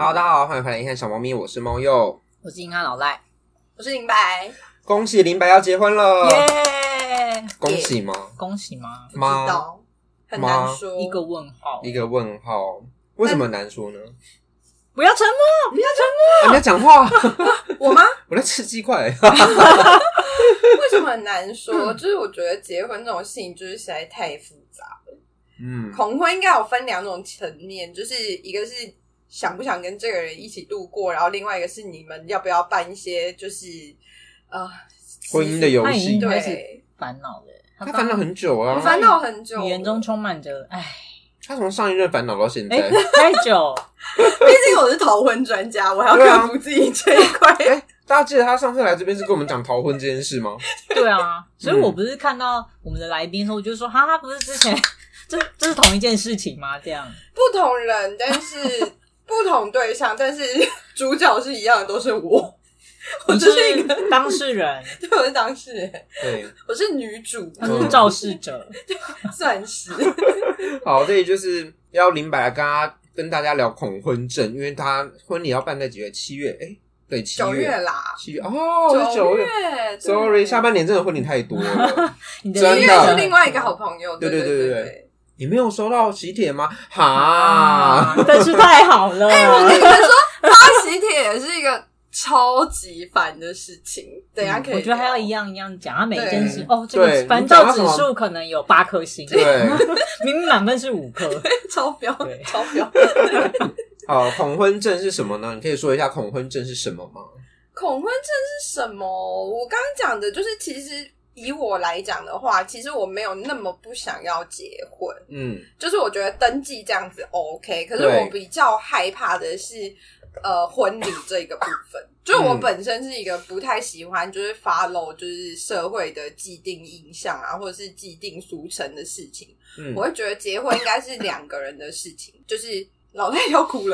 Hello， 大家好，欢迎回来硬汉小猫咪，我是猫鼬， 我是硬汉老赖， 我是林白。 恭喜林白要结婚了， 耶！ 恭喜吗？ 恭喜吗？ 不知道，很难说。 一个问号， 一个问号，为什么难说呢？ 不要沉默，不要沉你在讲话， 我吗？ 我在吃鸡块。 为什么很难说？就是我觉得结婚这种事情就是实在太复杂了。恐婚应该有分两种层面，就是一个是想不想跟这个人一起度过，然后另外一个是你们要不要办一些就是婚姻的游戏。 对， 烦恼的， 他烦恼很久啊， 我烦恼很久， 语言中充满着他从上一任烦恼到现在， 太久。 毕竟我是逃婚专家，我还要克服自己这一块。 大家记得他上次来这边是跟我们讲逃婚这件事吗？ 对啊，所以我不是看到我们的来宾的时候，我就说他不是之前这是同一件事情吗？这样不同人，但是不同对象，但是主角是一样的，都是我。我就是一个当事人， 对，我是当事人， 对， 我是女主， 他是肇事者， 算是。 好，这里就是要林白来跟大家聊恐婚症，因为他婚礼要办在几月？7月，对，7月啦 ，7月哦，是9月。Sorry， 下半年真的婚礼太多了， 真的是另外一个好朋友，对。 你没有收到喜帖吗？哈， 真是太好了！ 我跟你们说，发喜帖也是一个超级烦的事情。等一下可以， 我觉得还要一样一样讲，他每件事这个烦躁指数可能有8颗星， 对， 明明满分是5颗， 超标，超标。 好，恐婚症是什么呢？你可以说一下恐婚症是什么吗？ 恐婚症是什么？我刚刚讲的就是，其实以我来讲的话，其实我没有那么不想要结婚，就是我觉得登记这样子 OK， 可是我比较害怕的是婚礼这个部分。就我本身是一个不太喜欢就是 follow 就是社会的既定印象啊，或者是既定俗成的事情，我会觉得结婚应该是2个人的事情，就是老赖要哭了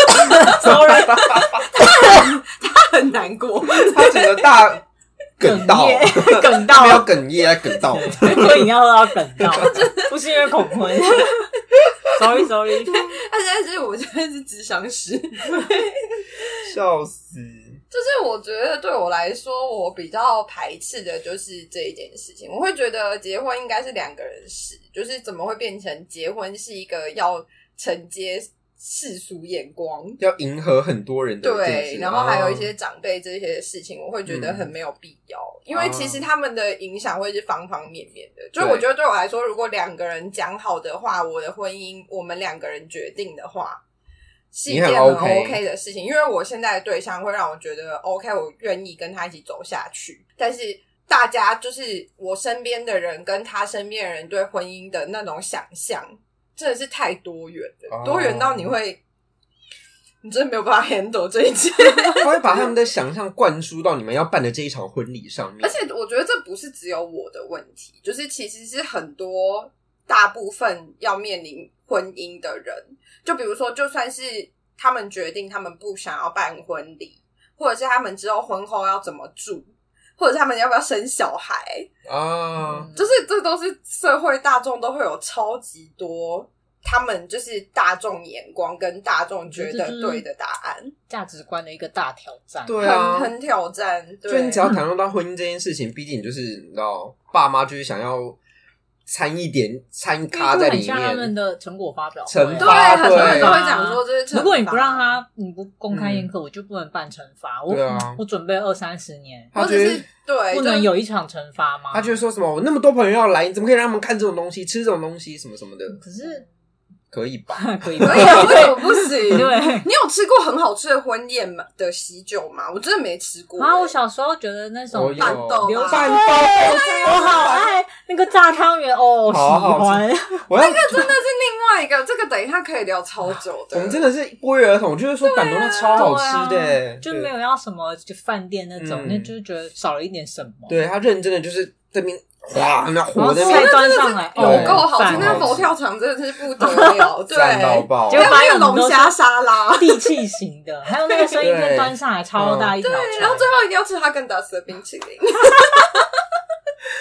，sorry， 他很难过， 他整个大梗到，没有哽咽，梗到， 喝饮料喝到梗到，不是因为恐婚，sorry， 他现在是我现在是咨商师， 笑死。 就是我觉得对我来说，我比较排斥的就是这一件事情。我会觉得结婚应该是2个人的事，就是怎么会变成结婚是一个要承接世俗眼光， 要迎合很多人的对，然后还有一些长辈这些事情，我会觉得很没有必要，因为其实他们的影响会是方方面面的。就我觉得对我来说，如果2个人讲好的话，我的婚姻我们2个人决定的话，是一件很 OK 的事情，因为我现在的对象会让我觉得 OK， 我愿意跟他一起走下去。但是大家就是我身边的人跟他身边的人对婚姻的那种想象真的是太多元了，多元到你真的没有办法 handle 这一切。 他会把他们的想象灌输到你们要办的这一场婚礼上面。 而且我觉得这不是只有我的问题，就是其实是很多大部分要面临婚姻的人，就比如说就算是他们决定他们不想要办婚礼，或者是他们之后婚后要怎么住，或者是他们要不要生小孩就是这都是社会大众都会有超级多他们就是大众眼光跟大众觉得对的答案， 价值观的一个大挑战。 对啊， 很挑战。对， 就你只要谈论到婚姻这件事情，毕竟就是你知道，爸妈就是想要掺咖在里面， 很像他们的成果发表会， 对，很多人都会讲说这是惩罚。 如果你不让你不公开宴客，我就不能办惩罚。我准备20-30年， 或者是对， 不能有一场惩罚吗？ 他就会说什么，我那么多朋友要来，你怎么可以让他们看这种东西，吃这种东西，什么什么的？ 可是可以吧？ 可以啊，为什么不行？ 对， 你有吃过很好吃的婚宴的喜酒吗？我真的没吃过。 我小时候觉得那种拌豆， 我好爱那个炸汤圆哦，喜欢。 那个真的是另外一个，这个等一下可以聊超久的。 我们真的是不约而同，就是说板豆那超好吃的， 就没有要什么就饭店那种，那就是觉得少了一点什么。 对，他认真的就是这边哇，那火在那边端上来， 有够好吃。那佛跳墙真的是不得了，对， 赞到爆。 还有那个龙虾沙拉， 地气型的，还有那个生鱼片端上来超大一条， 对，然后最后一定要吃哈根达斯的冰淇淋。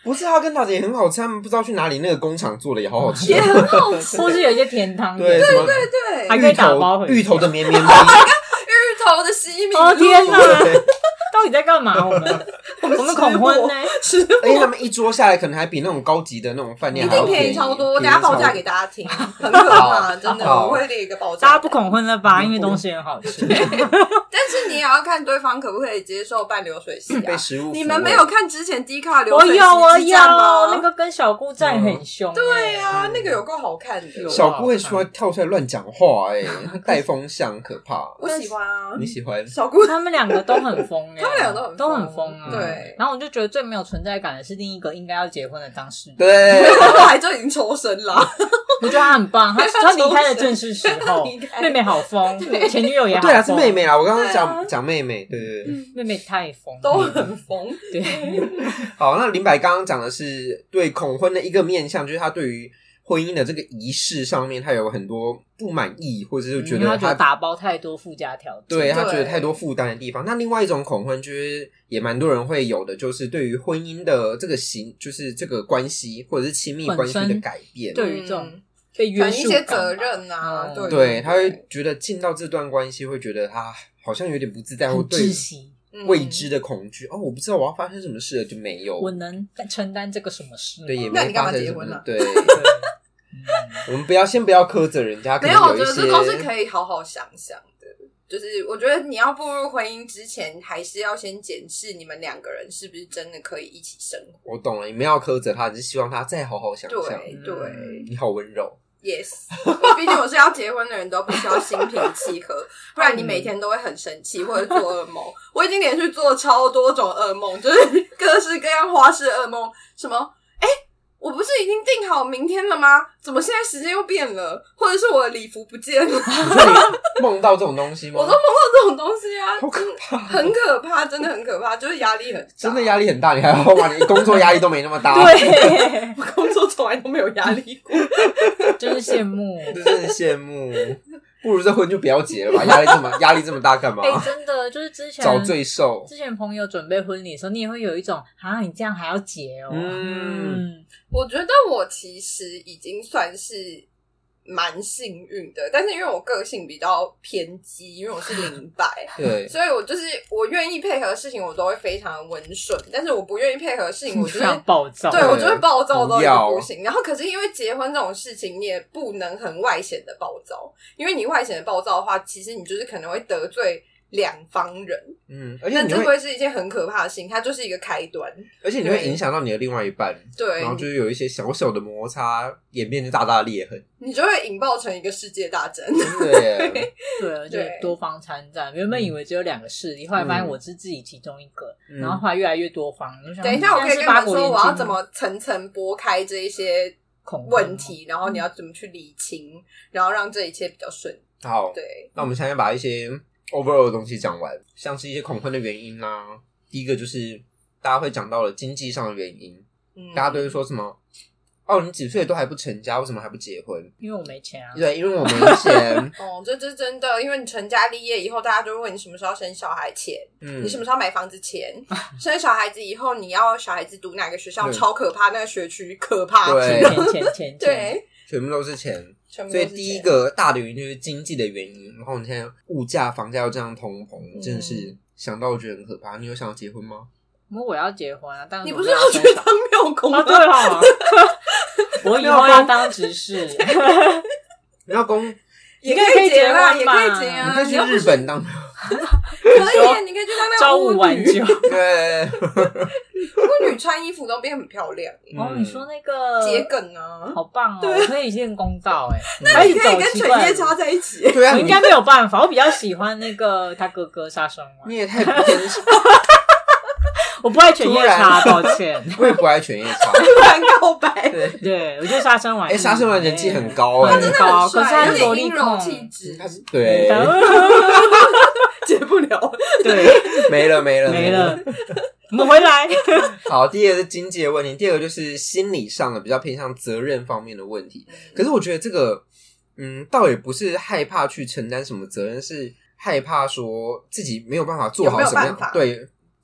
不是哈根达斯也很好吃，他们不知道去哪里那个工厂做的也好好吃， 也很好吃， 或是有一些甜汤的， 对对， 还可以打包回去芋头的绵绵冰， 芋头的西米露， 哦天哪！到底在干嘛？我们恐婚呢？ 而且他们一桌下来，可能还比那种高级的那种饭店还要一定便宜超多。我等一下报价给大家听，很可怕，真的，我会列一个报价。 大家不恐婚了吧？因为东西很好吃。 但是你也要看对方可不可以接受半流水席啊？ 被食物。 你们没有看之前低卡流水席我之战吗？ 那个跟小姑战很凶。 对啊，那个有够好看的。 小姑会跳出来乱讲话，带风向，可怕。 我喜欢啊， 你喜欢？ 小姑他们两个都很疯， 他们两个都很疯啊。 对， 然后我就觉得最没有存在感的是另一个应该要结婚的当事人， 对， 我还就已经抽身了。 我觉得他很棒，他离开的正是时候。妹妹好疯，前女友也好疯。 对啊，是妹妹啦。我刚刚讲妹妹，对对对， 妹妹太疯， 都很疯。 对， 好，那林白刚刚讲的是对恐婚的一个面向，就是他对于婚姻的这个仪式上面，他有很多不满意，或者是觉得他打包太多附加条件， 对他觉得太多负担的地方。那另外一种恐婚，就是也蛮多人会有的，就是对于婚姻的这个就是这个关系或者是亲密关系的改变， 对于这种被约束一些责任啊， 对，他会觉得进到这段关系，会觉得他好像有点不自在，或对未知的恐惧。哦，我不知道我要发生什么事了，就没有我能承担这个什么事吗？ 对，也那没发生什么。对。我们先不要苛责人家， 没有，我觉得这都是可以好好想想的。就是我觉得你要步入婚姻之前，还是要先检视你们两个人是不是真的可以一起生活。 我懂了，你们要苛责他，只是希望他再好好想想。 对， 你好温柔。 Yes， 毕竟我是要结婚的人，都必须要心平气和，不然你每天都会很生气或者做噩梦。我已经连续做了超多种噩梦，就是各式各样花式噩梦，什么我不是已经定好明天了吗？怎么现在时间又变了？或者是我的礼服不见了？ 你说你梦到这种东西吗？ 我都梦到这种东西啊， 好可怕， 很可怕，真的很可怕，就是压力很大， 真的压力很大。你还要把你工作压力都没那么大， 对， 我工作从来都没有压力过， 真是羡慕， 真的羡慕。不如这婚就不要结了吧，压力这么大干嘛？ 真的就是之前找罪受。 之前朋友准备婚礼的时候，你也会有一种你这样还要结哦。 我觉得我其实已经算是蛮幸运的，但是因为我个性比较偏激，因为我是0百， 对， 所以我愿意配合的事情，我都会非常的温顺，但是我不愿意配合的事情，我就是暴躁， 对，我就会暴躁到一个不行。然后可是因为结婚这种事情，你也不能很外显的暴躁，因为你外显的暴躁的话，其实你就是可能会得罪两方人， 而且但这会是一件很可怕的事情，它就是一个开端， 而且你会影响到你的另外一半， 对， 然后就是有一些小小的摩擦，演变成大大的裂痕， 你就会引爆成一个世界大战， 对， 对，而且多方参战。原本以为只有2个势力，后来发现我是自己其中一个，然后后来越来越多方。 等一下，我可以跟你们说，我要怎么层层拨开这一些问题，然后你要怎么去理清，然后让这一切比较顺。 好， 对， 那我们现在把一些overall 的东西讲完，像是一些恐婚的原因啊。第一个就是大家会讲到了经济上的原因，大家都会说什么你几岁都还不成家，为什么还不结婚？ 因为我没钱啊。 对，因为我没钱。 这是真的，因为你成家立业以后，大家就会问你什么时候生小孩钱，你什么时候买房子钱，生小孩子以后你要小孩子读哪个学校，超可怕，那个学区可怕， 钱， 对， 全部都是钱。所以第一个大的原因就是经济的原因，然后你现在物价房价要这样通膨，真的是想到我觉得很可怕。你有想要结婚吗？ 我要结婚啊，但你不是要去当庙公吗？ 对啊，我以后要当执事。 庙公也可以结啦，也可以结啊， 你可以去日本当。 可以，你可以去当那朝五晚九。 对，巫女穿衣服都变很漂亮。 你说那个桔梗啊， 好棒哦！我可以练公道那你可以跟犬夜叉在一起。 对啊， 我应该没有办法。我比较喜欢那个他哥哥杀生丸。 你也太不天真。 我不爱犬夜叉，抱歉。 我也不爱犬夜叉。 突然告白。 对，我觉得杀生丸。 杀生丸人气很高他真的很帅， 可是他有点阴柔气质。 对。 结不了。 对， 没了。 我们回来。 好，第一个是经济的问题，第二个就是心理上的比较偏向责任方面的问题。可是我觉得这个，倒也不是害怕去承担什么责任，是害怕说自己没有办法做好什么样，对，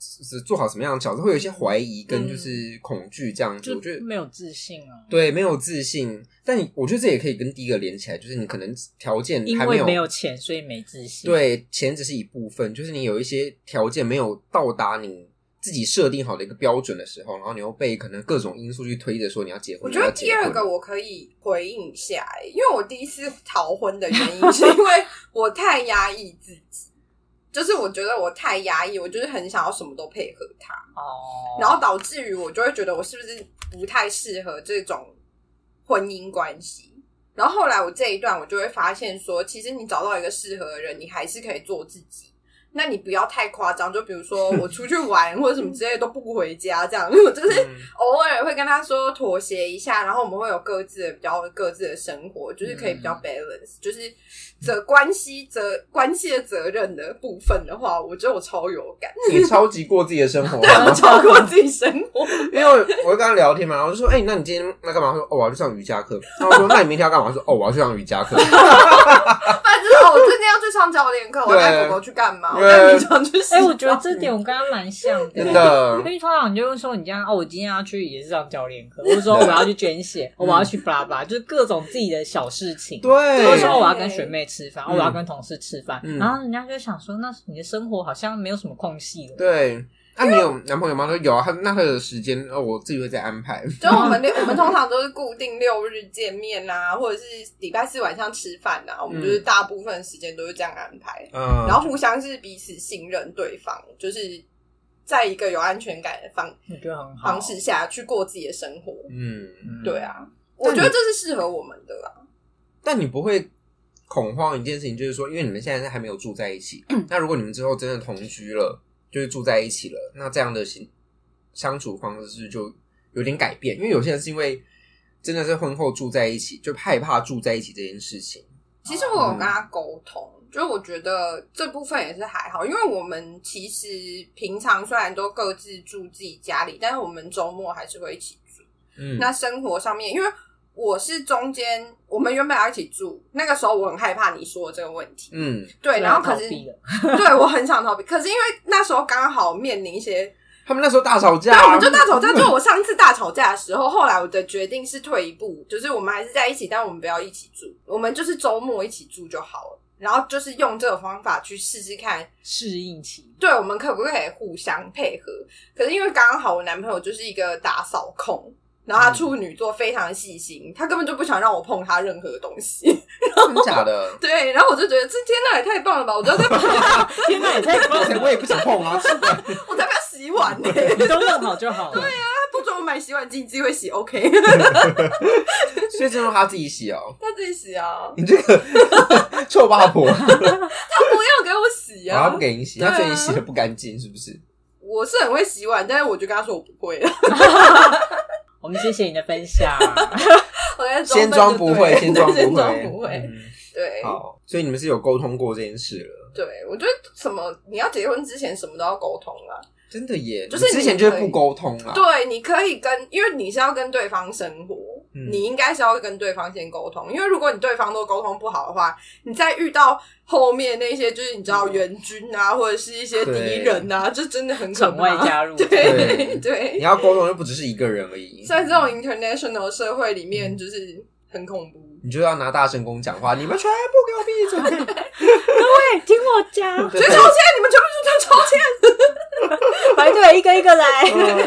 做好什么样的角色，会有一些怀疑跟就是恐惧这样子。我觉得没有自信啊。 对，没有自信。但我觉得这也可以跟第一个连起来，就是你可能条件还没有， 因为没有钱，所以没自信。 对，钱只是一部分，就是你有一些条件没有到达你自己设定好的一个标准的时候，然后你又被可能各种因素去推着说你要结婚。 我觉得第二个我可以回应一下，因为我第一次逃婚的原因是因为我太压抑自己。就是我觉得我太压抑，我就是很想要什么都配合他，然后导致于我就会觉得我是不是不太适合这种婚姻关系。然后后来我这一段我就会发现说，其实你找到一个适合的人，你还是可以做自己。那你不要太夸张，就比如说我出去玩或者什么之类都不回家这样，因为我就是偶尔会跟他说妥协一下，然后我们会有各自的生活，就是可以比较 balance，就是关系的责任的部分的话，我觉得我超有感。 你超级过自己的生活， 对，我超过自己生活。 因为我会跟他聊天嘛，然后就说：“那你今天那干嘛？”他说：“我要去上瑜伽课。”然后我说：“那你明天要干嘛？”他说：“我要去上瑜伽课。” 反正我最近要去上教练课，我带狗狗去干嘛？我带米常去。 我觉得这点我跟他蛮像的， 真的。 因为通常你就会说你这样我今天要去也是上教练课，或者说我要去捐血，我要去巴拉巴拉，就是各种自己的小事情。 对， 或者说我要跟学妹吃饭，我要跟同事吃饭，然后人家就想说，那你的生活好像没有什么空隙了。 对。你有男朋友吗？他说有啊，他的时间我自己会再安排。 就我们通常都是固定6日见面啊，或者是礼拜4晚上吃饭啊，我们就是大部分时间都是这样安排。然后互相是彼此信任对方，就是在一个有安全感的方式下去过自己的生活。对啊，我觉得这是适合我们的啦。 但你不会恐慌一件事情，就是说，因为你们现在还没有住在一起，那如果你们之后真的同居了，就是住在一起了，那这样的相处方式就有点改变。因为有些人是因为真的是婚后住在一起，就害怕住在一起这件事情。 其实我有跟他沟通，就是我觉得这部分也是还好，因为我们其实平常虽然都各自住自己家里，但是我们周末还是会一起住。那生活上面，因为我是中间，我们原本要一起住，那个时候我很害怕你说的这个问题，对，然后可是对我很想逃避，可是因为那时候刚好面临一些， 他们那时候大吵架， 对，我们就大吵架。就我上次大吵架的时候，后来我的决定是退一步，就是我们还是在一起，但我们不要一起住，我们就是周末一起住就好了。然后就是用这个方法去试试看适应期， 对，我们可不可以互相配合？可是因为刚好我男朋友就是一个打扫控。然后他处女座非常细心，他根本就不想让我碰他任何东西。 真的假的？ 对，然后我就觉得这天哪也太棒了吧！我就要再碰他， 天哪也太棒了， 我也不想碰啊！ 我才不要洗碗呢、 你都弄好就好了。 对啊，不准我买洗碗机，你自己会洗 OK。 所以这都他自己洗哦， 他自己洗啊！ 你这个臭八婆， 他不要给我洗啊！ 他不给你洗，他觉得你洗的不干净，是不是？ 我是很会洗碗，但是我就跟他说我不会了。 我们谢谢你的分享。 先装不会，先装不会。对， 好，所以你们是有沟通过这件事了。 对，我觉得什么你要结婚之前什么都要沟通啦。 真的耶， 就是之前就是不沟通啦。 对，你可以因为你是要跟对方生活，你应该是要跟对方先沟通。因为如果你对方都沟通不好的话，你再遇到后面那些就是你知道援军啊，或者是一些敌人啊，就真的很可怕。 场外加入， 对， 你要沟通又不只是一个人而已。 在这种 international 社会里面，就是很恐怖。 你就要拿大声公讲话，你们全部给我闭嘴！ 各位听我讲， 谁抽签？你们全部就抽签， 排队一个一个来。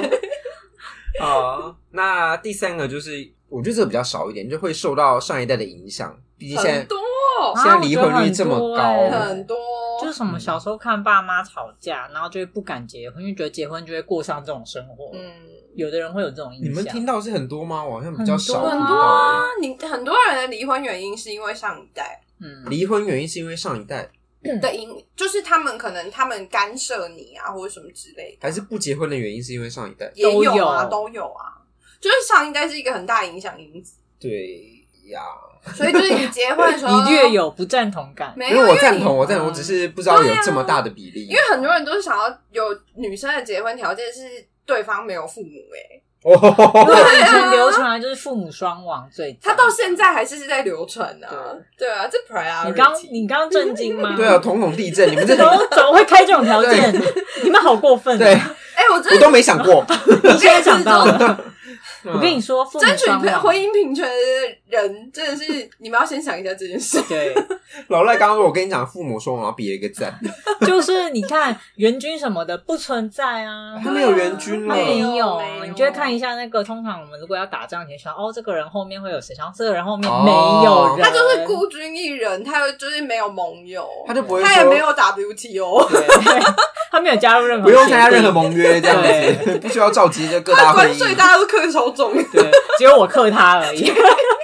好，那第三个就是，我觉得这个比较少一点，就会受到上一代的影响。毕竟现在很多， 现在离婚率这么高， 很多。 就是什么小时候看爸妈吵架，然后就会不敢结婚，因为觉得结婚就会过上这种生活。有的人会有这种印象。 你们听到是很多吗？我好像比较少。 很多啊，很多人的离婚原因是因为上一代。 离婚原因是因为上一代的就是他们干涉你啊，或者什么之类的。 还是不结婚的原因是因为上一代也有啊，都有啊。就是上一代是一个很大影响因子。 对呀。 所以就是你结婚的时候， 你略有不赞同感。 没有， 因为我赞同，我只是不知道有这么大的比例。 因为很多人都是想要有女生的结婚条件是对方没有父母因为以前流传来就是父母双亡最早， 他到现在还是在流传啊。对啊，这 priority。 你刚震惊吗？ 对啊，统统地震，你们这怎么会开这种条件？你们好过分啊！ 对，我都没想过， 你现在想到了。我跟你说， 争取婚姻平权的人真的是，你们要先想一下这件事。 对， 老赖刚刚说，我跟你讲，父母双亡，比了一个赞。 就是你看援军什么的不存在啊， 他没有援军了， 没有，你就会看一下那个。通常我们如果要打仗前想，这个人后面会有谁？想这个人后面没有人， 他就是孤军一人，他就是没有盟友， 他就不会， 他也没有 WTO， 他没有加入任何， 不用参加任何盟约，这样子不需要召集这各大会议， 关税大家都克超重， 对，只有我克他而已。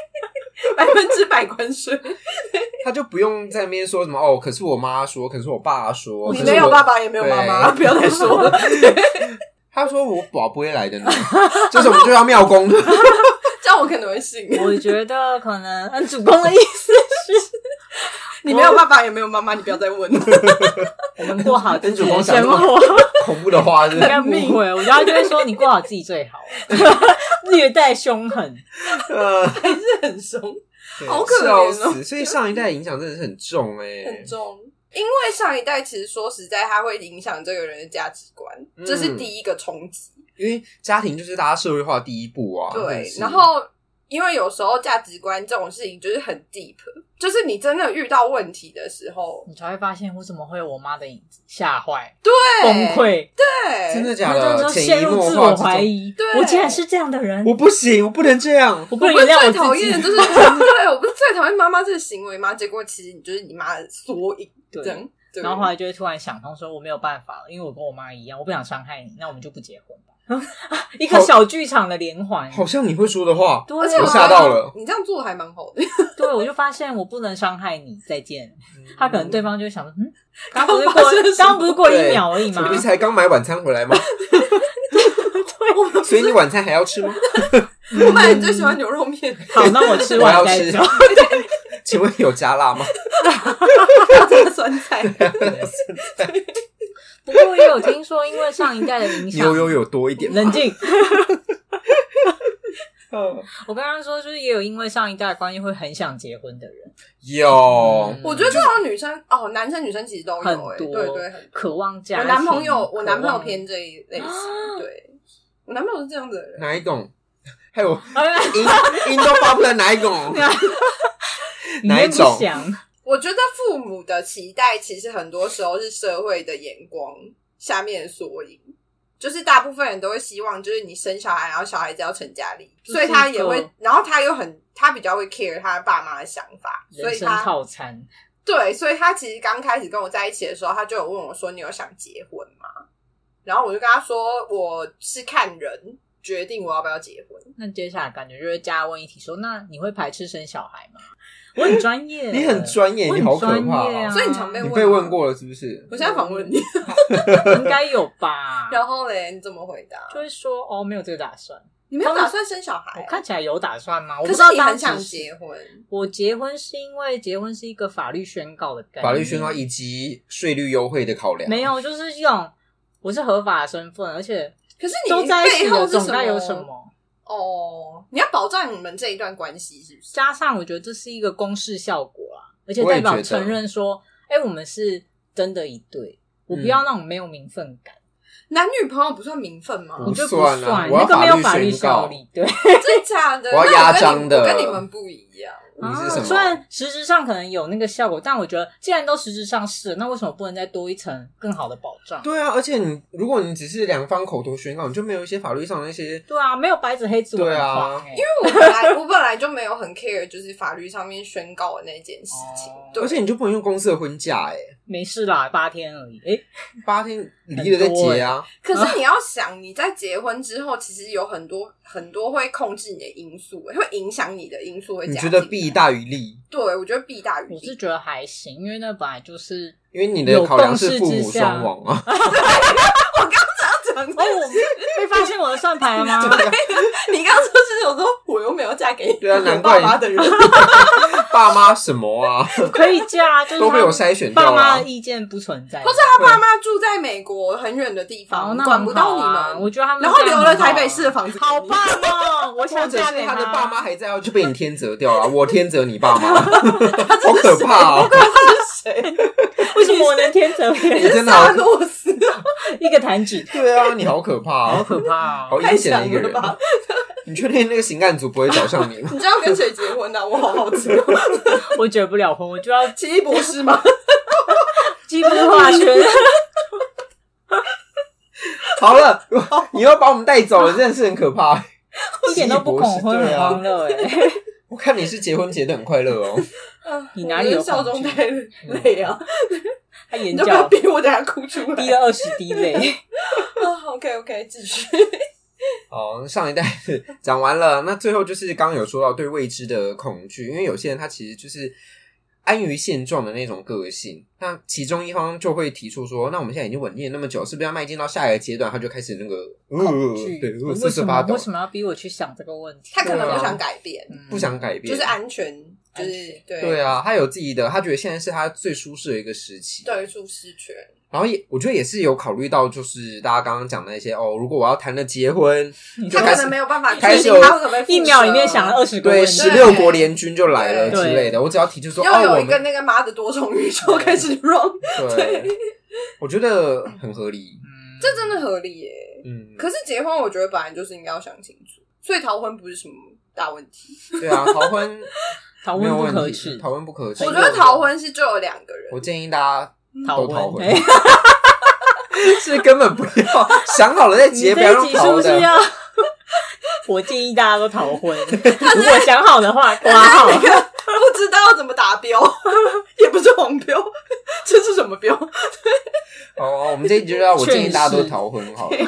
100%关税， 他就不用在那边说什么可是我妈说，可是我爸说， 你没有爸爸也没有妈妈，不要再说了。 他说我宝不会来的呢，就是我们就要庙公， 这样我可能会信。 我觉得可能恩主公的意思是， 你没有爸爸也没有妈妈，你不要再问了。 我们过好自己的生活。 恐怖的话是应该不会，我觉得他就会说你过好自己最好，略带凶狠， 还是很凶，好可怜哦。 所以上一代影响真的是很重很重。因为上一代其实说实在，它会影响这个人的价值观，这是第一个冲击。 因为家庭就是大家社会化第一步啊。 对，然后因为有时候价值观这种事情就是很 deep， 就是你真的遇到问题的时候， 你才会发现为什么会有我妈的影子，吓坏， 对， 崩溃， 对， 真的假的？ 陷入自我怀疑，我竟然是这样的人， 我不行，我不能这样， 我不能原谅我自己。 最讨厌的就是对，我不是最讨厌妈妈这个行为吗？结果其实你就是你妈的缩影，这样。 然后后来就会突然想通说我没有办法了，因为我跟我妈一样，我不想伤害你，那我们就不结婚吧。一个小剧场的连环， 好像你会说的话， 对， 我吓到了。 你这样做还蛮好的。 对，我就发现我不能伤害你，再见。他可能对方就想说，刚不是过1秒而已吗？ 你才刚买晚餐回来吗？对，所以你晚餐还要吃吗？ 我本来最喜欢牛肉面。 好，那我吃完再走。 请问有加辣吗？ 这个酸菜。 不过也有听说，因为上一代的影响， 牛油有多一点。 冷静。我刚刚说，就是也有因为上一代的关系会很想结婚的人。 有， 我觉得这种女生男生女生其实都有很多， 对对，很渴望家庭。 我男朋友偏这一类型，对，我男朋友是这样子的人。 哪一种？还有音都发不出来，哪一种？哪一种？ 我觉得父母的期待其实很多时候是社会的眼光下面的缩影，就是大部分人都会希望就是你生小孩，然后小孩子要成家立业，所以他也会，然后他比较会 care 他爸妈的想法，所以人生套餐。 对，所以他其实刚开始跟我在一起的时候，他就有问我说你有想结婚吗？然后我就跟他说我是看人决定我要不要结婚。 那接下来感觉就会加问一题说，那你会排斥生小孩吗？我很专业， 你很专业，你好可怕啊！ 所以你常被问， 你被问过了是不是？ 我现在访问你， 应该有吧？ 然后嘞，你怎么回答？ 就会说没有这个打算。 你没有打算生小孩？ 我看起来有打算吗？ 可是你很想结婚。 我结婚是因为结婚是一个法律宣告的概念， 法律宣告以及税率优惠的考量。 没有，就是用我是合法的身份，而且可是你都在一起了， 总该有什么？ 你要保障你们这一段关系，是不是？ 加上我觉得这是一个公示效果啦，而且代表承认说，我们是真的一对，我不要那种没有名分感。 男女朋友不算名分吗？ 不算啊， 那个没有法律效力。对， 真假的？ 我要压章的， 我跟你们不一样。 你是什么？ 虽然实质上可能有那个效果，但我觉得既然都实质上是，那为什么不能再多一层更好的保障？ 对啊，而且如果你只是两方口头宣告，你就没有一些法律上的那些。 对啊，没有白纸黑字。 对啊， 因为我本来就没有很 care，就是法律上面宣告的那件事情。 而且你就不能用公司的婚假没事啦，8天而已。 8天离了再结啊。 可是你要想，你在结婚之后，其实有很多会控制你的因素，会影响你的因素会加进来。 你觉得弊大于利？ 对，我觉得弊大于利。 我是觉得还行，因为那本来就是因为你的考量是父母双亡啊。 我刚刚这样讲， 我被发现我的算牌了吗？ 你刚刚说是想说我又没有嫁给对啊，难怪爸妈的人。 爸妈什么啊？ 可以嫁，就是都被我筛选掉了。 爸妈的意见不存在， 或是他爸妈住在美国很远的地方，管不到你们。 我觉得他们然后留了台北市的房子， 好棒哦！我想嫁给他的爸妈还在，就被你天择掉了。我天择你爸妈，好可怕哦！ 他是谁？ 为什么我能天择别人？ 你是萨诺斯， 一个弹指。 对啊，你好可怕哦， 好可怕哦， 好阴险的一个人。你确定那个刑案组不会找上你吗？ 你就要跟谁结婚啊？我好好奇哦。 我结不了婚，我就要奇异博士吗？ 奇异博士化学。 好了，你又把我们带走了，真的是很可怕。 一点都不恐婚，很欢乐哎。 我看你是结婚结得很快乐哦。 你哪里有笑中带泪啊？ 他眼角，你要不要逼我等下哭出来？ 滴了20滴泪。 OK， 继续。 好，上一代讲完了，那最后就是刚刚有说到对未知的恐惧，因为有些人他其实就是安于现状的那种个性，那其中一方就会提出说，那我们现在已经稳定了那么久，是不是要迈进到下一个阶段？他就开始那个恐惧， 对， 为什么要逼我去想这个问题？ 他可能不想改变， 不想改变， 就是安全，就是对啊，他有自己的，他觉得现在是他最舒适的一个时期， 对，舒适圈。 然后我觉得也是有考虑到，就是大家刚刚讲的那些如果我要谈的结婚， 他可能没有办法开始一秒里面想了20个问题， 对，16国联军就来了之类的。我只要提出说， 要有一个那个妈的多重宇宙开始 run， 对，我觉得很合理， 这真的合理耶。可是结婚，我觉得本来就是应该要想清楚，所以逃婚不是什么大问题。 对啊，逃婚不可耻， 逃婚不可耻。 我觉得逃婚是就有2个人， 我建议大家。 逃婚是根本不要想好了再结，不要用逃的。 我建议大家都逃婚，如果想好的话，挂号。 不知道怎么打标，也不是黄标，这是什么标？ 我们这一集就要我建议大家都逃婚好了。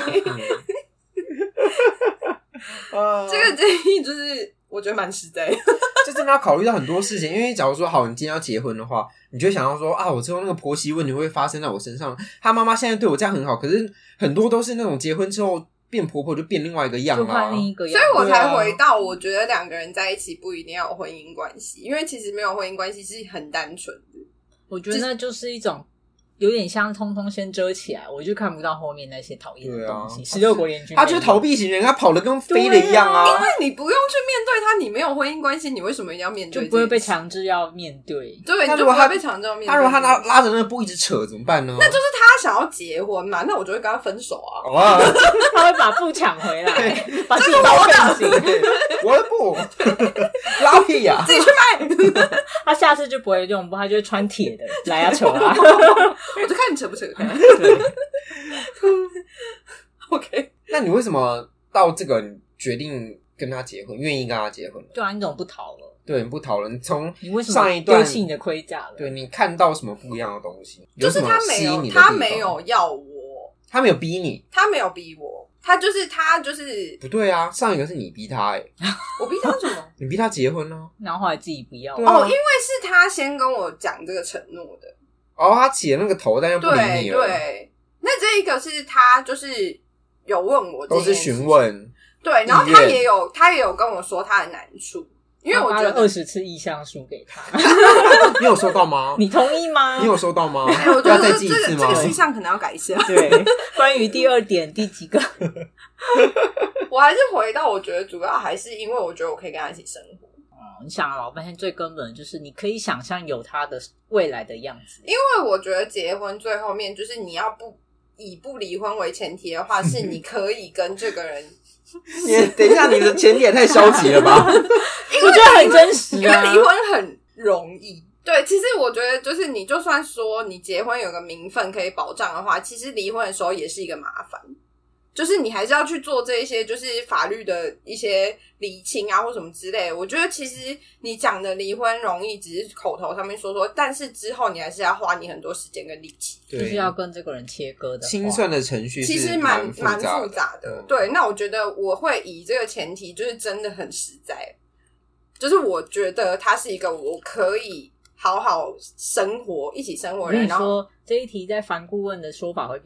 这个建议就是我觉得蛮实在的。 就真的要考虑到很多事情，因为假如说好，你今天要结婚的话，你就会想到说我之后那个婆媳问题会发生在我身上。他妈妈现在对我这样很好，可是很多都是那种结婚之后变婆婆就变另外一个样啊， 另一个样。 所以我才回到，我觉得2个人在一起不一定要有婚姻关系，因为其实没有婚姻关系是很单纯的。 我觉得那就是一种。有点像通通先遮起来，我就看不到后面那些讨厌的东西。16国联军， 他就是逃避型人，他跑得跟飞的一样啊！ 因为你不用去面对他，你没有婚姻关系，你为什么一定要面对？ 就不会被强制要面对。 对，你就不会被强制要面对。 他如果他拉着那个布一直扯怎么办呢？ 那就是他想要结婚嘛，那我就会跟他分手啊！ 他会把布抢回来，把自己包更紧。 我的布拉屁呀， 自己去卖。 他下次就不会用布，他就会穿铁的来啊扯啊。 我就看你扯不扯。OK， 那你为什么到这个你决定跟他结婚，愿意跟他结婚？ 对啊，你怎么不逃了？ 对，你不逃了，你从你为什么上一段丢弃你的盔甲了？ 对，你看到什么不一样的东西？ 就是他没有要我， 他没有逼你， 他没有逼我，他就是不对啊！上一个是你逼他我逼他什么？ 你逼他结婚呢？ 然后后来自己不要因为是他先跟我讲这个承诺的。 他起了那个头，但又不理你了。 对，那这一个是他就是有问我， 都是询问。 对，然后他也有跟我说他的难处，因为我觉得 20次意向书给他， 你有收到吗？ 你同意吗？ 你有收到吗？ 我觉得要再记一次吗？ 这个意向可能要改一下。 对，关于第2点第几个， 我还是回到，我觉得主要还是因为我觉得我可以跟他一起生活。 你想老半天最根本的就是你可以想象有他的未来的样子， 因为我觉得结婚最后面就是你要以不离婚为前提的话，是你可以跟这个人。 你等一下，你的前提也太消极了吧？ 因为我觉得很真实因为离婚很容易。对，其实我觉得就是你就算说你结婚有个名分可以保障的话，其实离婚的时候也是一个麻烦。就是你还是要去做这一些就是法律的一些厘清啊或什么之类的。我觉得其实你讲的离婚容易只是口头上面说，但是之后你还是要花你很多时间跟力气， 就是要跟这个人切割的清算的程序其实蛮复杂的。对，那我觉得我会以这个前提就是真的很实在，就是我觉得他是一个我可以好好生活一起生活的人。 然后这一题在樊顾问的说法会变怎样？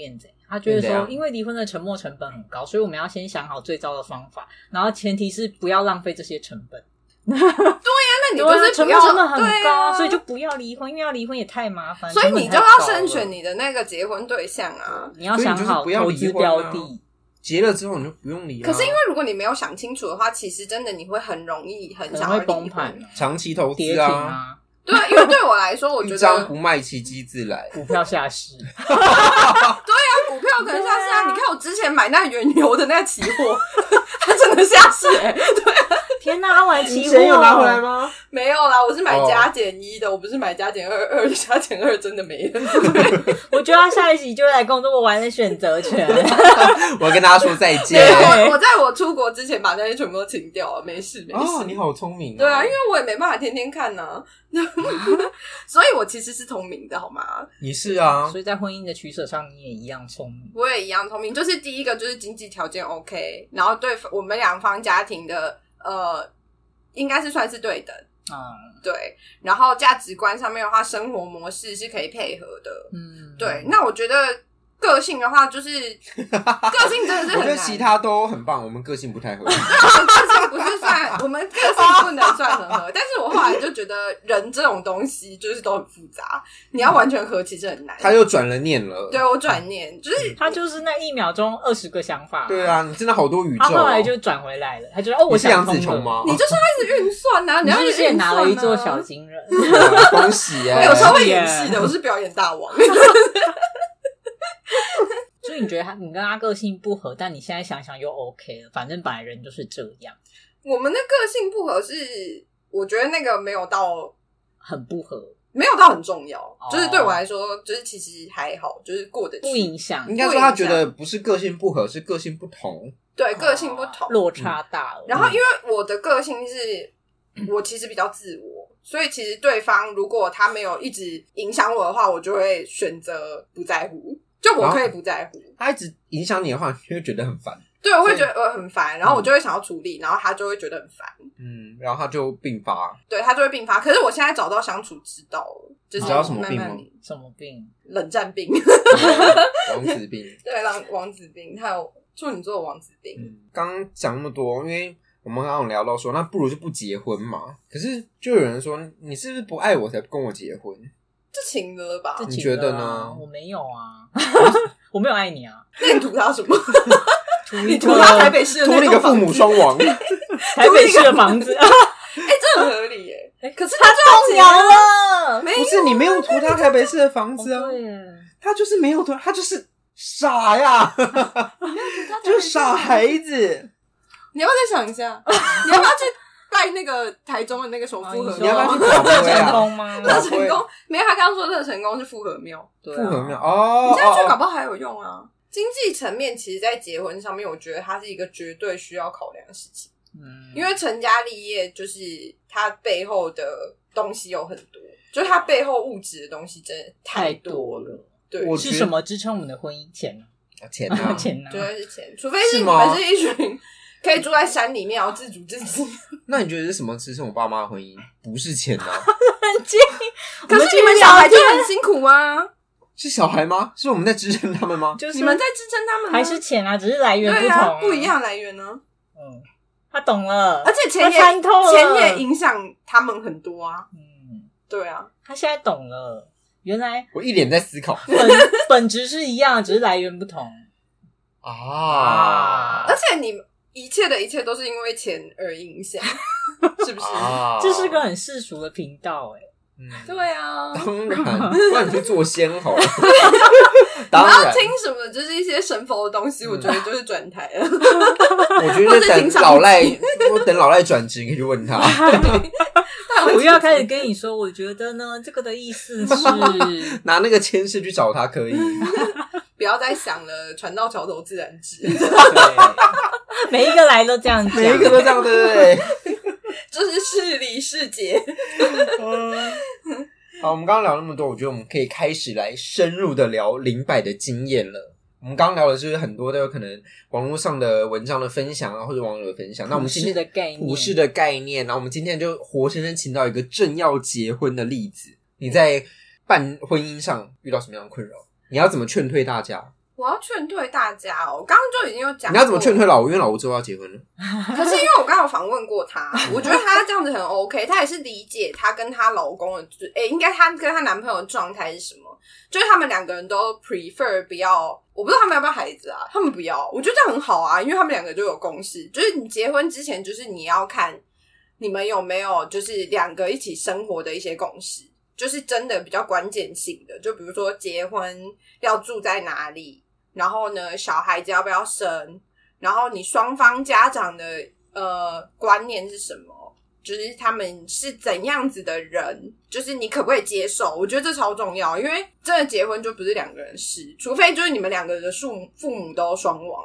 他觉得说，因为离婚的沉没成本很高，所以我们要先想好最糟的方法，然后前提是不要浪费这些成本。 对呀，那你就是沉没成本很高，所以就不要离婚，因为要离婚也太麻烦， 所以你就要慎选你的那个结婚对象啊， 你要想好投资标的。 结了之后你就不用离了。 可是因为如果你没有想清楚的话，其实真的你会很容易很想要离婚， 长期投资啊。 对啊，因为对我来说，我觉得一张不卖，奇迹自来。 股票下市。 对啊，股票可能下市啊。你看我之前买那原油的那个期货，它真的下市对啊。 天哪，他玩期货有拿回来吗？ 没有啦，我是买加减1的，我不是买加减2，加减2真的没了。 我觉得他下一集就会来跟我说我玩的选择权。 我要跟大家说再见。 我在我出国之前把那些全部都清掉了，没事。 哦，你好聪明。 对啊，因为我也没办法天天看啊。所以我其实是聪明的好吗？ 你是啊， 所以在婚姻的取舍上你也一样聪明。 我也一样聪明，就是第一个就是经济条件 OK， 然后对我们两方家庭的应该是算是对等，对，然后价值观上面的话，生活模式是可以配合的，对。那我觉得个性的话，就是个性真的是很难。 我觉得其他都很棒，我们个性不太合。 对，我们个性不是算，我们个性不能算很合。但是我后来就觉得人这种东西就是都很复杂，你要完全合其实很难。 他又转了念了， 对我转念，就是他就是那1秒钟20个想法。 对啊，你真的好多宇宙。 他后来就转回来了，他就我想通了。 你是杨紫琼吗？ 你就是要一直运算啊，你要一直运算啊。 拿了一座小金人， 恭喜耶！ 我有时候会演戏的，我是表演大王。 所以你觉得你跟他个性不合，但你现在想想又 OK 了，反正本来人就是这样。 我们的个性不合是，我觉得那个没有到很不合， 没有到很重要，就是对我来说，就是其实还好，就是过得去， 不影响。 应该说他觉得不是个性不合，是个性不同。 对，个性不同， 落差大了。 然后因为我的个性是，我其实比较自我，所以其实对方如果他没有一直影响我的话，我就会选择不在乎。就我可以不在乎， 他一直影响你的话，你会觉得很烦。 对，我会觉得很烦，然后我就会想要处理，然后他就会觉得很烦。 然后他就并发。对， 他就会并发。可是我现在找到相处之道了，就是你知道什么病吗？ 什么病？ 冷战病。 王子病。 对，王子病，还有处女座的王子病。 刚刚讲那么多，因为我们刚刚有聊到说，那不如就不结婚嘛。可是就有人说，你是不是不爱我才不跟我结婚？ 这情了吧？ 你觉得呢？ 我没有啊，我没有爱你啊。 那你图他什么？ 你图他台北市的图那个父母双亡， 台北市的房子。 这很合理耶。可是他就要结了， 不是你没有图他台北市的房子啊？ 对， 他就是没有图，他就是傻呀，就是傻孩子。 你要不要再想一下？你要不要去拜那个台中的那个什么复合庙？ 你要不要去乐成功吗？ 乐成功没有，他刚刚说乐成功是复合庙， 复合庙哦。 你现在去搞不好还有用啊。经济层面，其实在结婚上面，我觉得它是一个绝对需要考量的事情。因为成家立业，就是它背后的东西有很多，就是它背后物质的东西真的太多了。对， 是什么支撑我们的婚姻？钱呢？ 钱啊， 钱啊， 绝对是钱，除非是你们是一群可以住在山里面，然后自给自足。 那你觉得是什么支撑我爸妈的婚姻？不是钱啊。 很近。 可是你们小孩就很辛苦吗？ 是小孩吗？是我们在支撑他们吗？ 就是你们在支撑他们吗？ 还是钱啊？只是来源不同啊， 不一样来源呢。 他懂了， 而且钱也影响他们很多啊。对啊， 他现在懂了，原来我一脸在思考， 本质是一样，只是来源不同啊。 而且你一切的一切都是因为钱而影响，是不是？ 这是个很世俗的频道对啊， 当然，不然你去做仙好了。 当然，你要听什么就是一些神佛的东西，我觉得就是转台了。 我觉得等老赖转职，你可以去问他。 我又要开始跟你说，我觉得呢，这个的意思是拿那个签式去找他可以。 不要再想了，船到桥头自然直。 每一个来都这样讲， 每一个都这样，对不对？ 就是事理事节。 好，我们刚刚聊那么多，我觉得我们可以开始来深入的聊林柏的经验了。我们刚刚聊的就是很多的有可能网络上的文章的分享啊，或者网友的分享。那我们今天普世的概念，然后我们今天就活生生请到一个正要结婚的例子。你在办婚姻上遇到什么样的困扰？你要怎么劝退大家？ 我要劝退大家哦，刚刚就已经有讲过。 你要怎么劝退老吴？因为老吴之后要结婚了。 可是因为我刚刚有访问过他，我觉得他这样子很 OK， 他也是理解他跟他老公的，应该他跟他男朋友的状态是什么？就是他们两个人都 prefer 不要，我不知道他们要不要孩子啊？他们不要，我觉得这样很好啊，因为他们两个就有共识，就是你结婚之前，就是你要看你们有没有就是两个一起生活的一些共识。就是真的比较关键性的，就比如说结婚要住在哪里，然后呢小孩子要不要生，然后你双方家长的观念是什么，就是他们是怎样子的人，就是你可不可以接受，我觉得这超重要，因为真的结婚就不是两个人事，除非就是你们两个的父母都双亡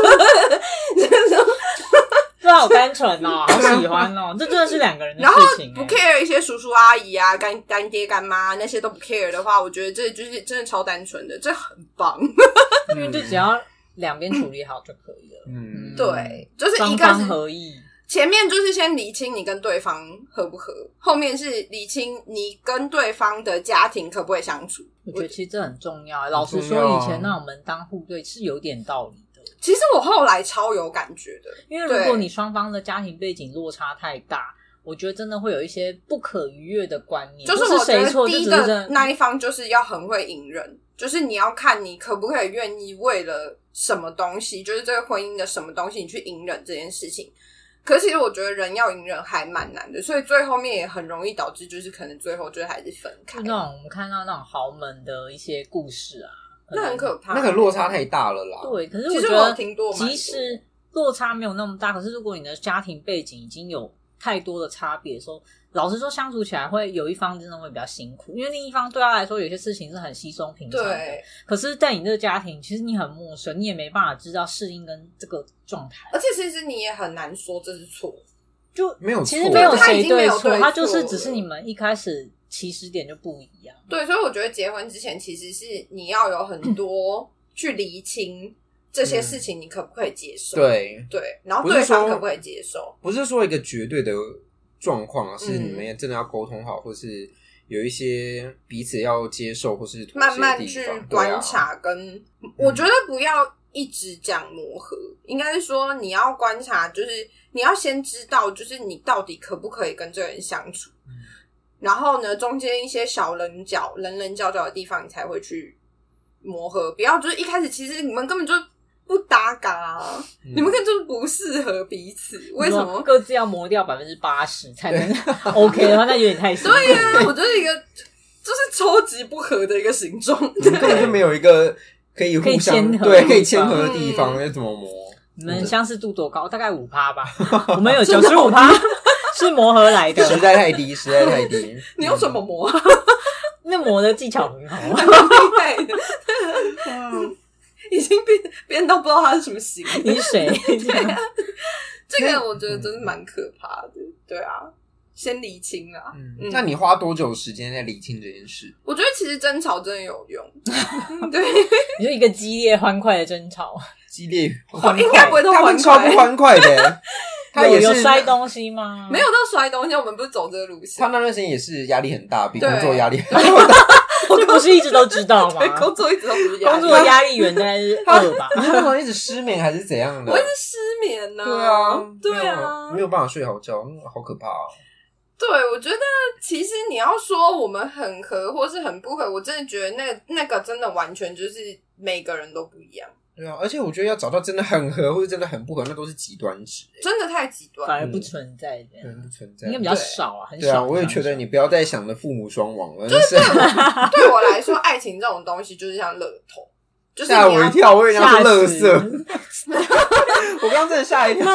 这好单纯哦，好喜欢哦，这真的是两个人的事情。 然后不 care 一些叔叔阿姨啊、干爹干妈那些都不 care 的话，我觉得这就是真的超单纯的，这很棒。 因为就只要两边处理好就可以了。 嗯，对，就是一个双方合意。 前面就是先理清你跟对方合不合，后面是理清你跟对方的家庭可不可以相处。 我觉得其实这很重要。老实说，以前那种门当户对是有点道理。 其实我后来超有感觉的， 因为如果你双方的家庭背景落差太大，我觉得真的会有一些不可逾越的观念。 就是我觉得第一个那一方就是要很会隐忍，就是你要看你可不可以愿意为了什么东西，就是这个婚姻的什么东西，你去隐忍这件事情。可是其实我觉得人要隐忍还蛮难的，所以最后面也很容易导致就是可能最后就还是分开。 就那种我们看到那种豪门的一些故事啊。 那很可怕， 那个落差太大了啦。 对，可是我觉得即使落差没有那么大，可是如果你的家庭背景已经有太多的差别的时候，老实说相处起来会有一方真的会比较辛苦，因为另一方对他来说有些事情是很稀松平常的。对，可是在你这个家庭其实你很陌生，你也没办法知道适应跟这个状态， 而且其实你也很难说这是错， 就没有错， 其实没有谁对错，他就是只是你们一开始起始点就不一样。 对，所以我觉得结婚之前其实是你要有很多去厘清这些事情你可不可以接受。对，然后对方可不可以接受， 不是说一个绝对的状况啊，是你们也真的要沟通好，或是有一些彼此要接受或是妥协的地方， 慢慢去观察跟我觉得不要一直讲磨合，应该是说你要观察，就是你要先知道就是你到底可不可以跟这个人相处，然后呢中间一些小棱角的地方你才会去磨合，不要就是一开始其实你们根本就不搭嘎你们根本就不适合彼此，为什么各自要磨掉 80% 才能 OK 的话那有点太辛苦。 对啊，我就是一个就是超级不合的一个形状， 根本就没有一个可以互相对可以谦和的地方，要怎么磨？ 你们相似度多高？大概 5% 吧我们有 95% 是磨合来的， 实在太低你用什么磨那磨的技巧很好厉害的已经变到不知道他是什么型你是谁这个我觉得真是蛮可怕的。对啊，先理清啊那你花多久时间在理清这件事？ 我觉得其实争吵真的有用对， 你就一个激烈欢快的争吵， 激烈欢快应该不会都欢快， 他们超不欢快的他也是有摔东西吗？ 没有到摔东西，我们不是走这个路线。 他那段时间也是压力很大，比工作压力很大这不是一直都知道吗？ 工作一直都不是压力， 工作压力源大概是2吧。 他好像一直失眠还是怎样的？ 我一直失眠呢。对啊， 没有办法睡好觉，好可怕哦。 对，我觉得其实你要说我们很合或是很不合，我真的觉得那个真的完全就是每个人都不一样。 对啊，而且我觉得要找到真的很合或者真的很不合，那都是极端值， 真的太极端， 反而不存在的， 不存在， 应该比较少啊，很少。 对啊，我也觉得你不要再想着父母双亡了。 就是对我来说，爱情这种东西就是像乐透，就是吓我一跳，我以为你要说垃圾。我刚刚真的吓一跳。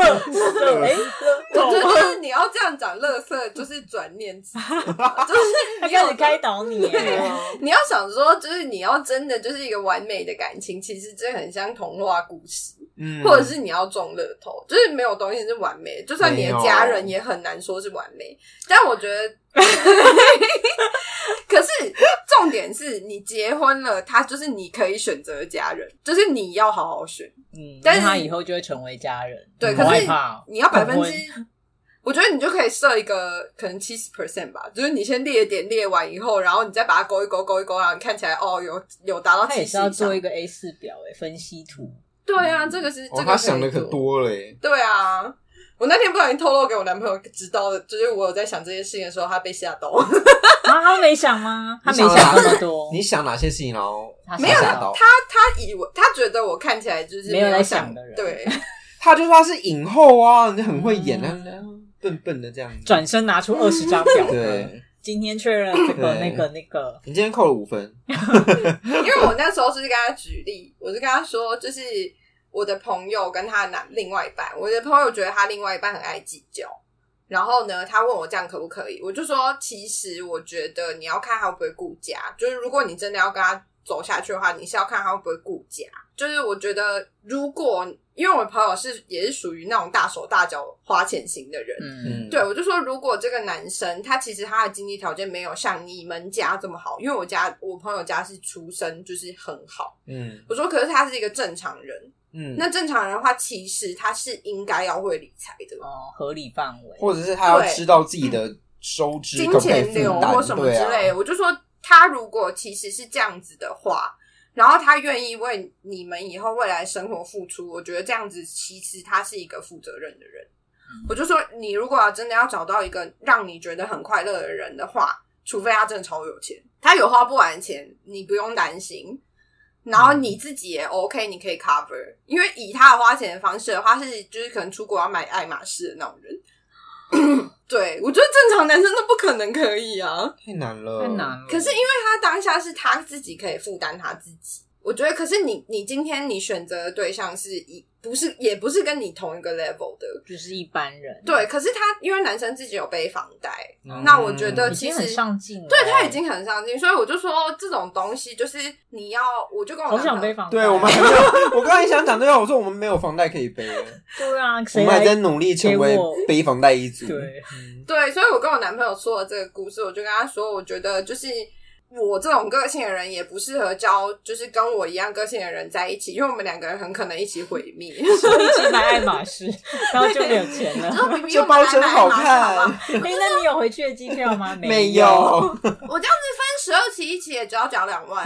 就是你要这样讲，垃圾就是转念词，就是他开始开导你。 你要想说，就是你要真的就是一个完美的感情，其实这很像童话故事，或者是你要中乐透，就是没有东西是完美的，就算你的家人也很难说是完美。但我觉得。可是重点是你结婚了，他就是你可以选择的家人，就是你要好好选。 但是他以后就会成为家人。 对，可是你要我觉得你就可以设一个可能70% 吧，就是你先列点列完以后，然后你再把它勾一勾，然后你看起来有达到70%。他也是要做一个 A4 表分析图。 对啊，这个是这个他想的可多了耶。 对啊，我那天不小心透露给我男朋友知道的，就是我有在想这些事情的时候，他被吓到。 他没想吗？他没想那么多。 你想哪些事情然后没有他以为他觉得我看起来就是没有在想的人。 对， 他就说他是影后啊，你很会演啊。笨笨的这样子， 转身拿出20张表。 对， 今天确认这个那个。 你今天扣了5分， 因为我那时候是跟他举例，我是跟他说，就是我的朋友跟他的另外一半，我的朋友觉得他另外一半很爱计较，然后呢，他问我这样可不可以，我就说，其实我觉得你要看他会不会顾家，就是如果你真的要跟他走下去的话，你是要看他会不会顾家。就是我觉得，如果因为我的朋友也是属于那种大手大脚花钱型的人，对，我就说，如果这个男生他其实他的经济条件没有像你们家这么好，因为我朋友家是出身就是很好，我说可是他是一个正常人，那正常人的话，其实他是应该要会理财的合理范围， 或者是他要知道自己的收支金钱流或什么之类的。我就说，他如果其实是这样子的话，然后他愿意为你们以后未来生活付出，我觉得这样子其实他是一个负责任的人。我就说，你如果真的要找到一个让你觉得很快乐的人的话，除非他真的超有钱，他有花不完的钱，你不用担心。然后你自己也 OK， 你可以 cover， 因为以他的花钱的方式的话，是就是可能出国要买爱马仕的那种人。对，我觉得正常男生都不可能可以啊， 太难了。 可是因为他当下是他自己可以负担他自己，我觉得。可是你今天你选择的对象也不是跟你同一个 level 的， 就是一般人。对， 可是他因为男生自己有背房贷，那我觉得其实已经很上进了。 对，他已经很上进，所以我就说这种东西就是你要，我就跟我好想背房贷。 对，我们还没有。我刚才想讲这个，我说我们没有房贷可以背了。 对啊， 我们还在努力成为背房贷一族。 对，所以我跟我男朋友说了这个故事，我就跟他说，我觉得就是我这种个性的人也不适合交就是跟我一样个性的人在一起，因为我们两个人很可能一起毁灭， 一起买爱马仕，然后就没有钱了。 这包真好看。 那你有回去的机票吗？ 没有。 我这样子分12期一期也只要缴2万。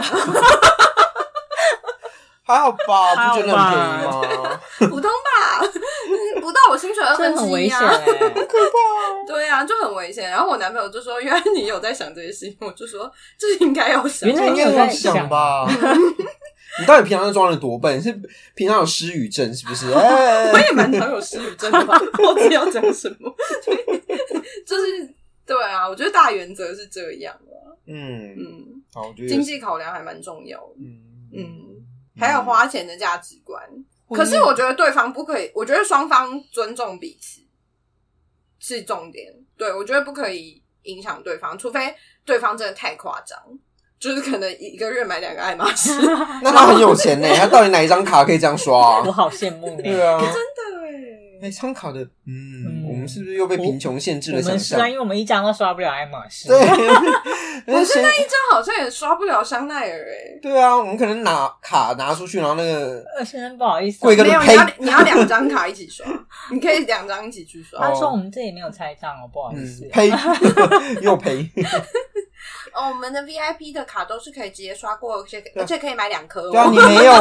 还好吧，不觉得很便宜吗？ 普通吧，不到我薪水1/2啊， 很危险好可怕。 对啊，就很危险。然后我男朋友就说：“原来你有在想这些事情。”我就说：“这应该要想， 原来你有在想吧？你到底平常装的多笨？是平常有失语症是不是？ 我也蛮常有失语症的吧？我知道讲什么，就是对啊，我觉得大原则是这样啊。 好，我觉得经济考量还蛮重要的。还有花钱的价值观。可是我觉得对方不可以，我觉得双方尊重彼此是重点。对，我觉得不可以影响对方，除非对方真的太夸张，就是可能1个月买2个爱马仕。 那他很有钱呢，他到底哪一张卡可以这样刷我好羡慕你。 对啊， 真的哪张卡的？我们是不是又被贫穷限制了想象？ 我们是啊，因为我们1张都刷不了爱马仕。 对， 我现在1张好像也刷不了香奈儿对啊，我们可能卡拿出去，然后那个先生不好意思， 贵个没有，你要2张卡一起刷，你可以2张一起去刷。 他说我们这里没有拆账哦，不好意思， 赔又赔。 我们的 VIP 的卡都是可以直接刷过，而且可以买2颗。 对啊，你没有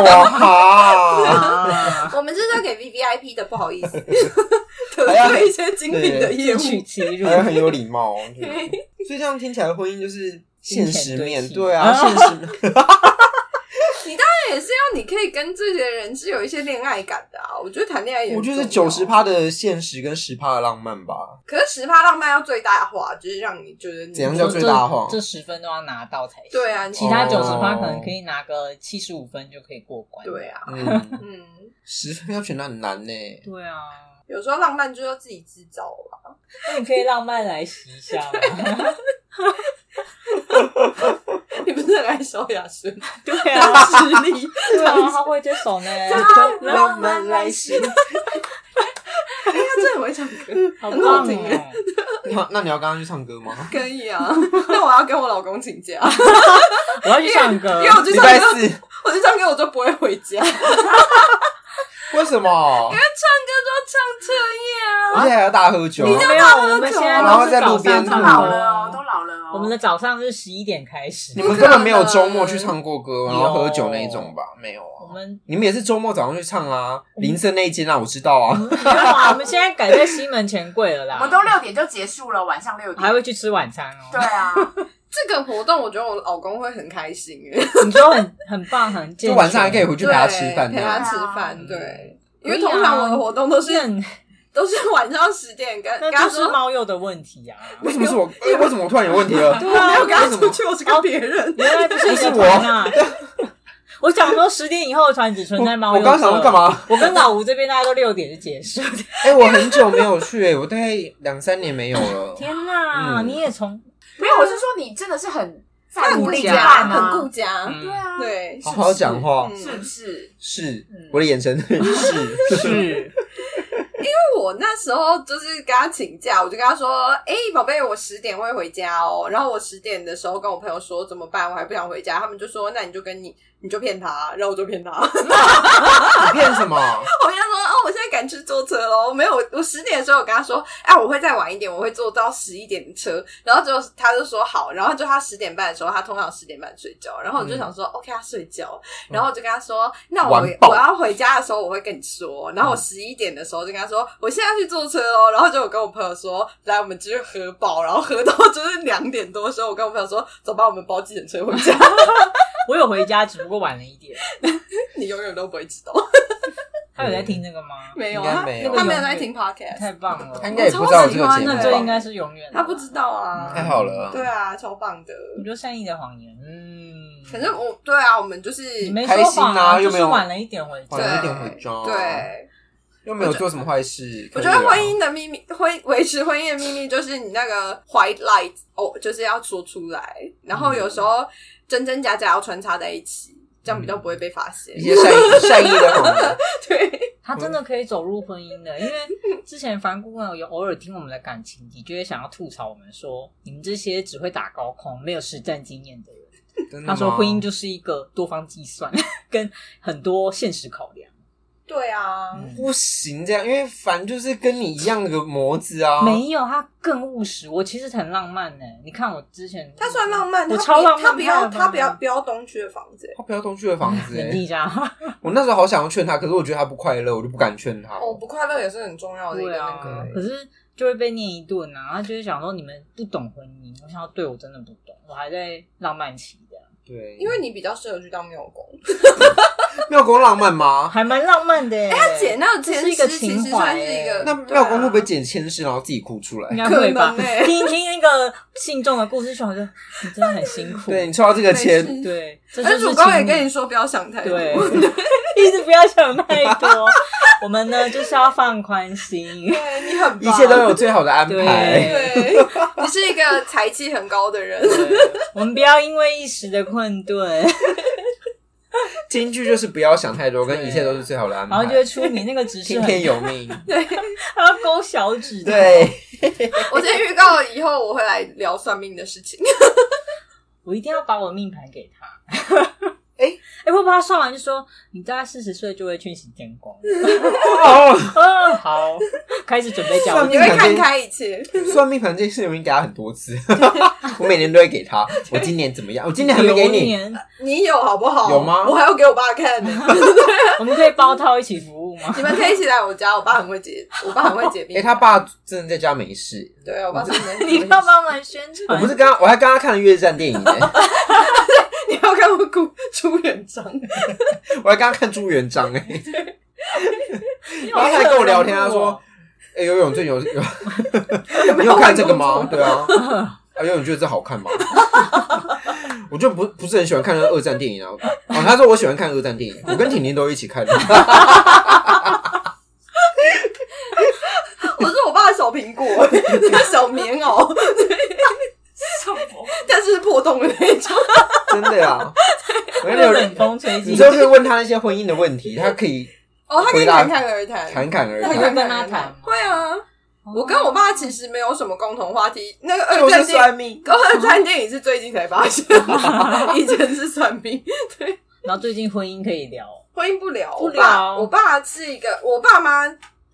啊？ 我们这是给 VVIP 的，不好意思，得罪一些精品的业务， 还很有礼貌。所以这样听起来，婚姻就是现实面对啊，现实面。 你当然也是要，你可以跟这些人是有一些恋爱感的啊。我觉得谈恋爱也， 我觉得是90%的现实跟10%的浪漫吧。 可是10%浪漫要最大化，就是让你觉得怎样叫最大化？ 这10分都要拿到才行。 对啊， 其他90%可能可以拿个75分就可以过关。 对啊 ，10分要全拿很难呢。 对啊， 有时候浪漫就要自己制造吧。 那你可以浪漫来洗一下吗？ 你不是很爱萧亚轩？ 对啊， 实力， 对啊，他会这首呢。 浪漫来袭。 他真的很会唱歌， 很好听耶。 那你要跟他去唱歌吗？ 可以啊，那我要跟我老公请假。 我要去唱歌， 因为我去唱歌，我去唱歌我就不会回家。 为什么？ 因为唱歌就要唱彻夜啊！ 而且还要大喝酒。 没有，我们现在然后在路边都老了哦。 我们的早上是11点开始。 你们根本没有周末去唱过歌，然后喝酒那一种吧？没有啊。你们也是周末早上去唱啊，林森那一间啊，我知道啊。 没有啊，我们现在改在西门钱柜了啦。 我们都6点就结束了，晚上6点还会去吃晚餐哦。 对啊。 这个活动我觉得我老公会很开心耶， 你说很棒，很健全， 就晚上还可以回去陪他吃饭， 陪他吃饭，对，因为通常我的活动都是晚上10点跟他说，猫鼬的问题啊。 为什么是我？为什么我突然有问题了？ 对啊，我没有跟他出去，我是跟别人。 原来不是你的团啊！我想说10点以后的团只存在猫鼬。 我刚想说干嘛？ 我跟老吴这边大家都6点就结束。 我很久没有去，我大概2-3年没有了。 天哪，你也从。 没有，我是说你真的是很在乎另一半啊， 很顾家， 对啊， 对， 好好讲话， 是不是？ 是，我的眼神是。 因为我那时候就是跟他请假，我就跟他说：“宝贝，我10点会回家哦。”然后我10点的时候跟我朋友说怎么办，我还不想回家，他们就说：“那你就骗他。”然后我就骗他。 你骗什么？ 我跟他说：“我现在赶去坐车咯。”没有，我10点的时候我跟他说：“我会再晚一点，我会坐到11点的车。”然后他就说好，然后就他10点半的时候，他通常10点半睡觉，然后我就想说：“OK， 他睡觉。”然后我就跟他说：“那我要回家的时候我会跟你说。”然后我11点的时候就跟他说：“我现在要去坐车哦。”然后就我跟我朋友说：“来，我们继续喝饱。”然后喝到就是2点多的时候，我跟我朋友说：“走吧，我们包计程车回家。” 我有回家，只不过晚了一点。 你永远都不会知道。 他有在听这个吗？ 没有啊，他没有在听 podcast。 太棒了， 他应该也不知道这个节目。 那这应该是永远的。 他不知道啊， 太好了。 对啊，超棒的。 你说善意的谎言， 反正对啊，我们就是你没说谎啊，又没有晚了一点回家， 晚了一点回家， 对。 又没有做什么坏事。 我觉得婚姻的秘密，维持婚姻的秘密就是你那个 white light 就是要说出来，然后有时候真真假假要穿插在一起，这样比较不会被发现。 一些善意的谎言。 对， 他真的可以走入婚姻的，因为之前樊顾问有偶尔听我们的感情题，就会想要吐槽我们说，你们这些只会打高空、没有实战经验的人。他说婚姻就是一个多方计算跟很多现实考量。 对啊， 不行这样，因为凡就是跟你一样的模子啊。 没有，他更务实。我其实很浪漫呢，你看我之前他算浪漫， 我超浪漫。 他不要东区的房子， 他不要东区的房子， 冷静一下。 我那时候好想要劝他，可是我觉得他不快乐，我就不敢劝他。 不快乐也是很重要的一个那个。 可是就会被念一顿啊，他就会想说你们不懂婚姻，我想要对我真的不懂，我还在浪漫期这样。 对， 因为你比较适合去当庙公。 庙公浪漫吗？ 还蛮浪漫的耶。 他剪那这是一个情怀， 那庙公会不会剪签诗，然后自己哭出来？ 应该会吧。听一听那个信众的故事，就好像你真的很辛苦。 对，你抽到这个签， 对， 而主公也跟你说不要想太多， 对，一直不要想太多。我们呢就是要放宽心， 对你很棒， 一切都有最好的安排。 对，你是一个才气很高的人。 我们不要因为一时的困顿。 金句就是不要想太多，跟一切都是最好的安排。 然后就会出你那个指示听天由命， 对， 还要勾小指。 对， 我先预告了以后我会来聊算命的事情。 我一定要把我命盘给他。会不会他算完就说你大概40岁就会去洗天光？好，开始准备教育。 你会看开一切。 算命盘这件事情给他很多次，我每年都会给他。我今年怎么样？我今年还没给你， 你有好不好？ 有吗？ 我还要给我爸看呢。 我们可以包套一起服务吗？ 你们可以一起来我家，我爸很会解命。 他爸真的在家没事。 对，我爸真的。 你要帮忙宣传。 我不是我还跟他看了越战电影呢。 你要看我朱元璋， 我还跟他看朱元璋然后他还跟我聊天，他说：“游泳最有你有看这个吗？对啊，游泳觉得这好看吗？”我就不是很喜欢看那个二战电影啊。他说我喜欢看二战电影，我跟婷婷都一起看的。 我是我爸的小苹果，小棉袄。但是破洞的那种， 真的呀！ 冷风吹进， 你就可以问他那些婚姻的问题，他可以他可以侃侃而谈， 侃侃而谈。 你会跟他谈？ 会啊！我跟我爸其实没有什么共同话题。那个二战电影是最近才发现，以前是算命。对， 然后最近婚姻可以聊， 婚姻不聊。 不聊。 我爸是一个，我爸妈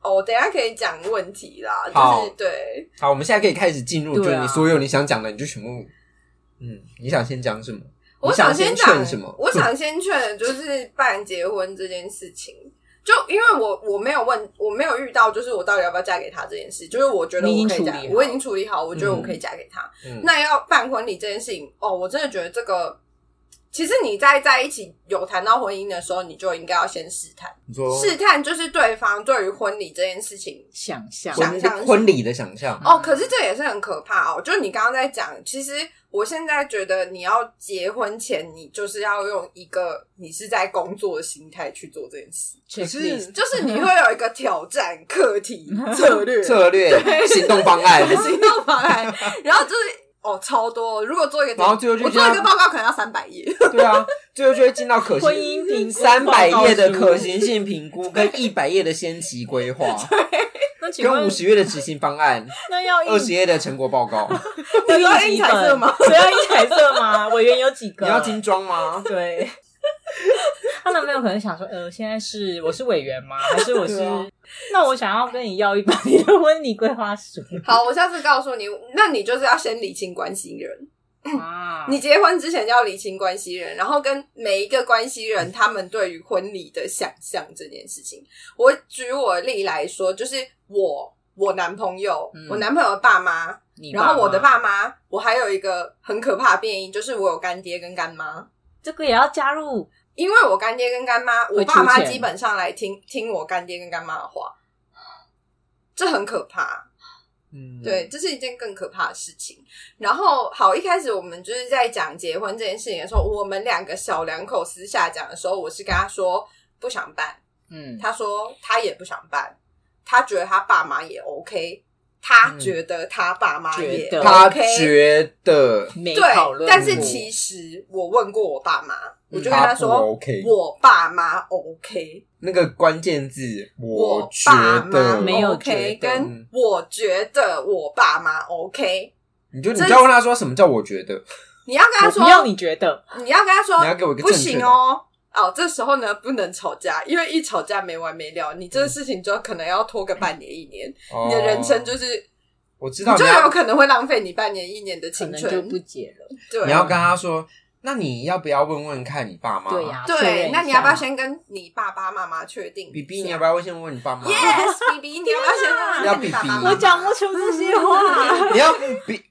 等一下可以讲问题啦，就是对。 好，我们现在可以开始进入，就是你所有你想讲的，你就全部，你想先讲什么？ 我想先讲什么？ 我想先劝的就是办结婚这件事情。就因为我没有遇到，就是我到底要不要嫁给他这件事，就是我觉得我可以嫁，我已经处理好，我觉得我可以嫁给他。那要办婚礼这件事情，我真的觉得这个，其实你在一起有谈到婚姻的时候，你就应该要先试探，试探就是对方对于婚礼这件事情想象婚礼的想象。 可是这也是很可怕就是你刚刚在讲，其实我现在觉得你要结婚前，你就是要用一个你是在工作的心态去做这件事。 可是就是你会有一个挑战、课题、策略、 行动方案、 行动方案，然后就是超多。如果做一个， 然后最后就我做一个报告可能要300页。 对啊，最后就会进到婚姻评估 300页的可行性评估跟100页的先期规划。跟50页的执行方案， 那要 20页的成果报告。 你要印彩色吗？ 我要印彩色吗？委员有几个？ 你要精装吗？ 对。她男朋友可能想说，现在我是委员吗？还是我是？那我想要跟你要100页的婚礼规划书。 好，我下次告诉你，那你就是要先理清关系人。你结婚之前就要理清关系人，然后跟每一个关系人他们对于婚礼的想象这件事情。我举我例来说，就是我男朋友，我男朋友的爸妈，然后我的爸妈，我还有一个很可怕的变异，就是我有干爹跟干妈， 这个也要加入。 因为我干爹跟干妈，我爸妈基本上来听我干爹跟干妈的话，这很可怕。对，这是一件更可怕的事情。然后好，一开始我们就是在讲结婚这件事情的时候，我们2个小两口私下讲的时候，我是跟他说不想办，他说他也不想办，他觉得他爸妈也 OK， 他觉得他爸妈也 OK， 他觉得没讨论过。 但是其实我问过我爸妈，我就跟他说我爸妈 OK， 那个关键字我觉得没有 OK， 跟我觉得我爸妈 OK， 你就要问他说什么叫我觉得， 你要跟他说不要你觉得， 你要跟他说你要给我一个不行哦。这时候呢不能吵架，因为一吵架没完没了，你这个事情就可能要拖个半年1年，你的人生就是我知道你就有可能会浪费你半年1年的青春， 可能就不结了。 对， 你要跟他说，那你要不要问问看你爸妈？ 对呀， 对，那你要不要先跟你爸爸妈妈确定 ？BB， 你要不要先问你爸妈 ？Yes，BB， 你要不要先问要 BB？ 我讲不出这些话。 你要 BB，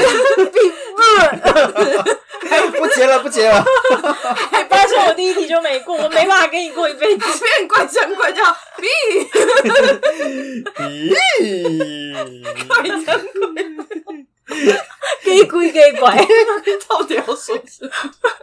不结了，不结了。 拜托，我第1题就没过，我没办法跟你过一辈子。 变怪声怪叫 B， 怪声怪， 给鬼给拐， 到底要说什么？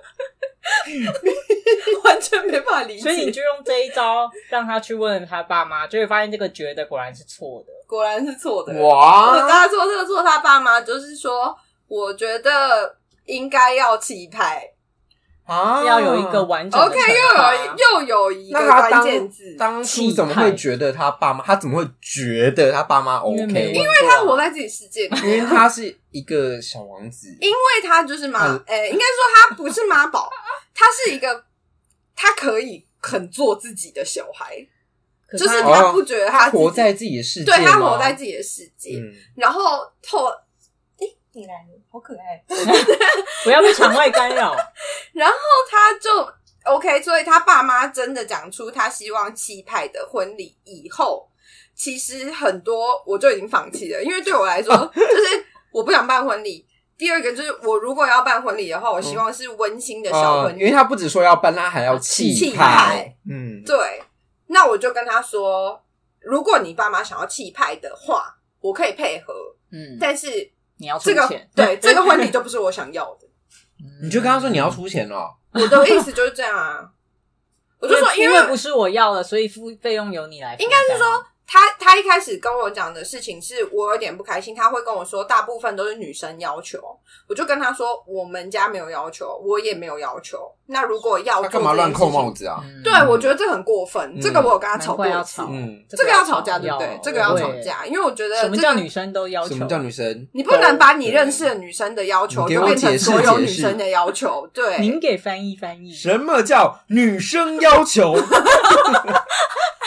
完全没办法理解。 所以你就用这一招让他去问他爸妈，就会发现这个觉得果然是错的， 果然是错的。 哇！ 我跟他说这个错，他爸妈就是说，我觉得应该要气派啊，要有一个完整的 OK， 又有一个关键字。 当初怎么会觉得他爸妈？他怎么会觉得他爸妈 OK？ 因为他活在自己世界里， 因为他是一个小王子。 因为他就是应该说他不是妈宝，他是一个他可以很做自己的小孩，就是他不觉得他活在自己的世界， 对，他活在自己的世界，然后你来了，好可爱， 不要被场外干扰。 然后他就 OK， 所以他爸妈真的讲出他希望气派的婚礼以后，其实很多我就已经放弃了，因为对我来说，就是我不想办婚礼。第二个就是我如果要办婚礼的话，我希望是温馨的小婚礼， 因为他不只说要办，他还要气派。 对。那我就跟他说，如果你爸妈想要气派的话，我可以配合，但是你要出钱， 对，这个婚礼就不是我想要的。 你就跟他说你要出钱了。 我的意思就是这样啊，我就说因为不是我要的，所以费用由你来。 应该是说他一开始跟我讲的事情是我有点不开心，他会跟我说大部分都是女生要求，我就跟他说我们家没有要求，我也没有要求，那如果要做他干嘛乱扣帽子啊？ 对，我觉得这很过分，这个我有跟他吵过一次，这个要吵架对不对？这个要吵架，因为我觉得什么叫女生都要求？ 什么叫女生？ 你不能把你认识的女生的要求就变成所有女生的要求。对， 您给翻译。 什么叫女生要求？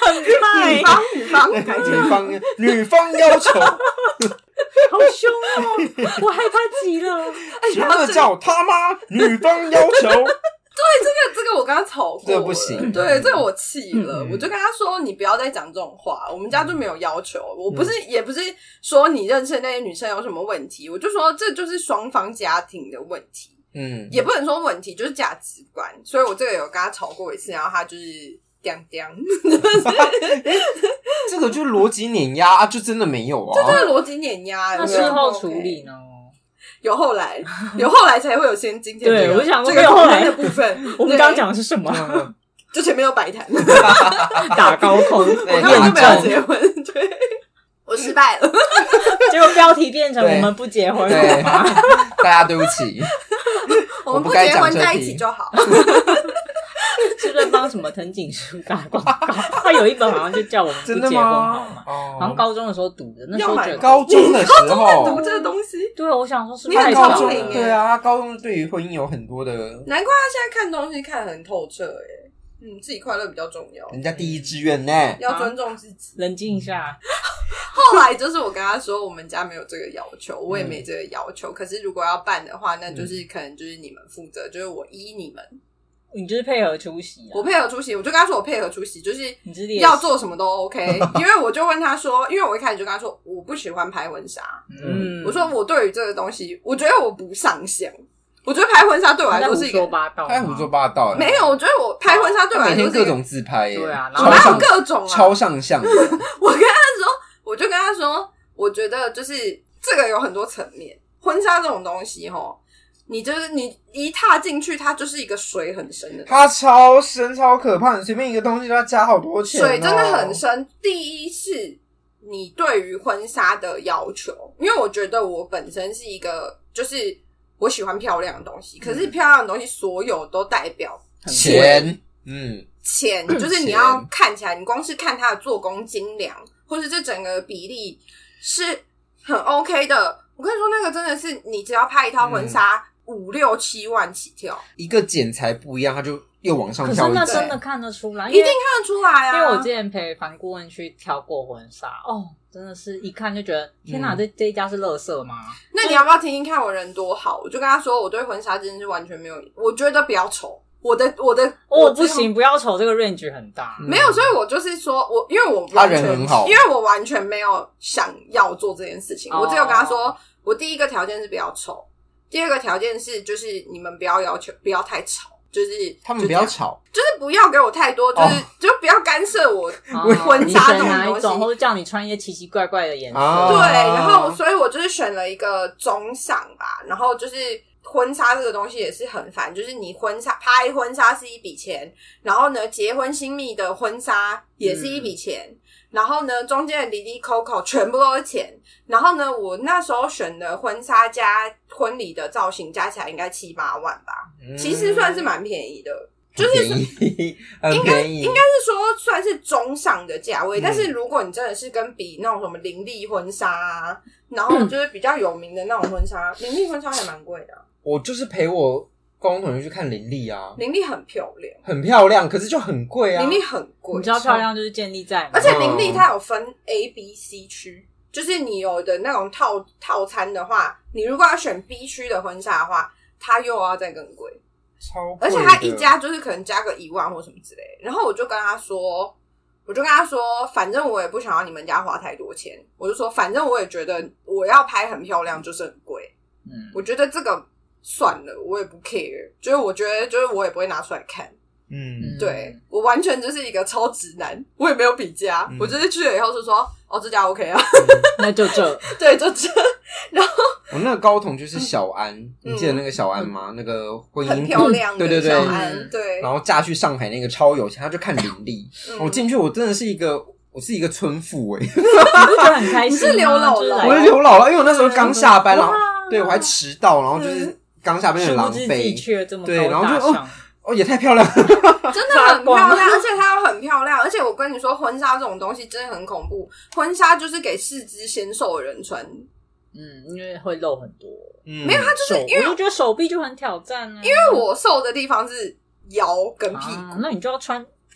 女方要求， 好凶哦！我害怕极了。 这叫他妈女方要求。 对，这个我跟他吵过， 这不行。 对，这个我气了，我就跟他说：“你不要再讲这种话，我们家就没有要求。我不是，也不是说你认识的那些女生有什么问题，我就说这就是双方家庭的问题。也不能说问题，就是价值观。所以我这个有跟他吵过一次，然后他就是这个就是逻辑碾压就真的没有啊， 这就是逻辑碾压。 那事后处理呢？ 有后来才会有先今天对，我想这个后来的部分。 我们刚刚讲的是什么？ 就前面有摆摊， 打高空， 我根本就没有结婚，对，我失败了。 结果标题变成我们不结婚， 对，大家对不起， 我们不结婚在一起就好。 是不是帮什么藤井树打广告？他有一本好像就叫我们不结婚好吗？好像高中的时候读的，那时候觉得高中的时候读这个东西， 对，我想说是不是太高中对啊，他高中对于婚姻有很多的， 难怪他现在看东西看得很透彻自己快乐比较重要， 人家第一志愿呢， 要尊重自己， 冷静一下。 后来就是我跟他说，我们家没有这个要求，我也没这个要求，可是如果要办的话，那就是可能就是你们负责，就是我依你们。 你就是配合出席我配合出席，我就跟他说我配合出席，就是要做什么都 OK。因为我就问他说，因为我一开始就跟他说我不喜欢拍婚纱，我说我对于这个东西，我觉得我不上相。我觉得拍婚纱对我来说是一个太胡说八道了。 没有，我觉得我拍婚纱对我来说是每天各种自拍对啊， 然后哪有各种超上相的。 我就跟他说，我觉得就是这个有很多层面，婚纱这种东西齁。你就是你一踏进去，它就是一个水很深的， 它超深超可怕，你随便一个东西都要加好多钱水真的很深。第一是你对于婚纱的要求，因为我觉得我本身是一个就是我喜欢漂亮的东西，可是漂亮的东西所有都代表钱， 钱就是你要看起来，你光是看它的做工精良，或是这整个比例是很 OK 的。我跟你说，那个真的是你只要拍一套婚纱。5、6、7万起跳， 一个剪裁不一样，它就又往上跳一。 可是那真的看得出来， 一定看得出来啊！ 因为我之前陪樊顾问去挑过婚纱，真的是一看就觉得，天哪，这一家是垃圾吗？ 那你要不要听听看我人多好？我就跟他说，我对婚纱真的是完全没有，我觉得不要丑。我不行，不要丑，这个 range 很大。 没有，所以我就是说因为我他人很好， 因为我完全没有想要做这件事情。我只有跟他说，我第一个条件是不要丑。第二个条件是，就是你们不要要求不要太吵，就是他们不要吵， 就是不要给我太多，就不要干涉我婚纱这种东西， 或者叫你穿一些奇奇怪怪的颜色。 对，然后所以我就是选了一个中上吧，然后就是婚纱这个东西也是很烦，就是你拍婚纱是一笔钱，然后呢结婚新密的婚纱也是一笔钱。然后呢，中间的里里扣扣全部都是钱。然后呢，我那时候选的婚纱加婚礼的造型加起来应该7、8万吧，其实算是蛮便宜的，就是很便宜， 应该是说算是中上的价位。但是如果你真的是跟比那种什么林立婚纱啊，然后就是比较有名的那种婚纱，林立婚纱还蛮贵的。 我就是陪我高中同学去看林立啊， 林立很漂亮， 很漂亮，可是就很贵啊。 林立很贵， 你知道漂亮就是建立在， 而且林立它有分 A、B、C 区，就是你有的那种套餐的话，你如果要选 B 区的婚纱的话，它又要再更贵， 超贵的， 而且它一加就是可能加个1万或什么之类的。然后我就跟他说，反正我也不想要你们家花太多钱，我就说反正我也觉得我要拍很漂亮就是很贵，我觉得这个算了，我也不 care， 就是我觉得就是我也不会拿出来看。对，我完全就是一个超直男，我也没有比价，我就是去了以后就说这家 OK 啊， 那就这， 对，就这。然后我那个高同就是小安，你记得那个小安吗？那个婚姻很漂亮的小安，对， 然后嫁去上海那个超有钱，他就看林立，我进去我真的是一个村妇你不觉得很开心吗？ 你是刘姥姥， 我是刘姥姥，因为我那时候刚下班，然后对我还迟到，然后就是刚下班很狼狈，对，然后就也太漂亮了， 真的很漂亮，而且它又很漂亮，而且我跟你说，婚纱这种东西真的很恐怖，婚纱就是给四肢纤瘦的人穿， 因为会露很多， 没有，它就是因为我就觉得手臂就很挑战啊， 因为我瘦的地方是腰跟屁股， 那你就要穿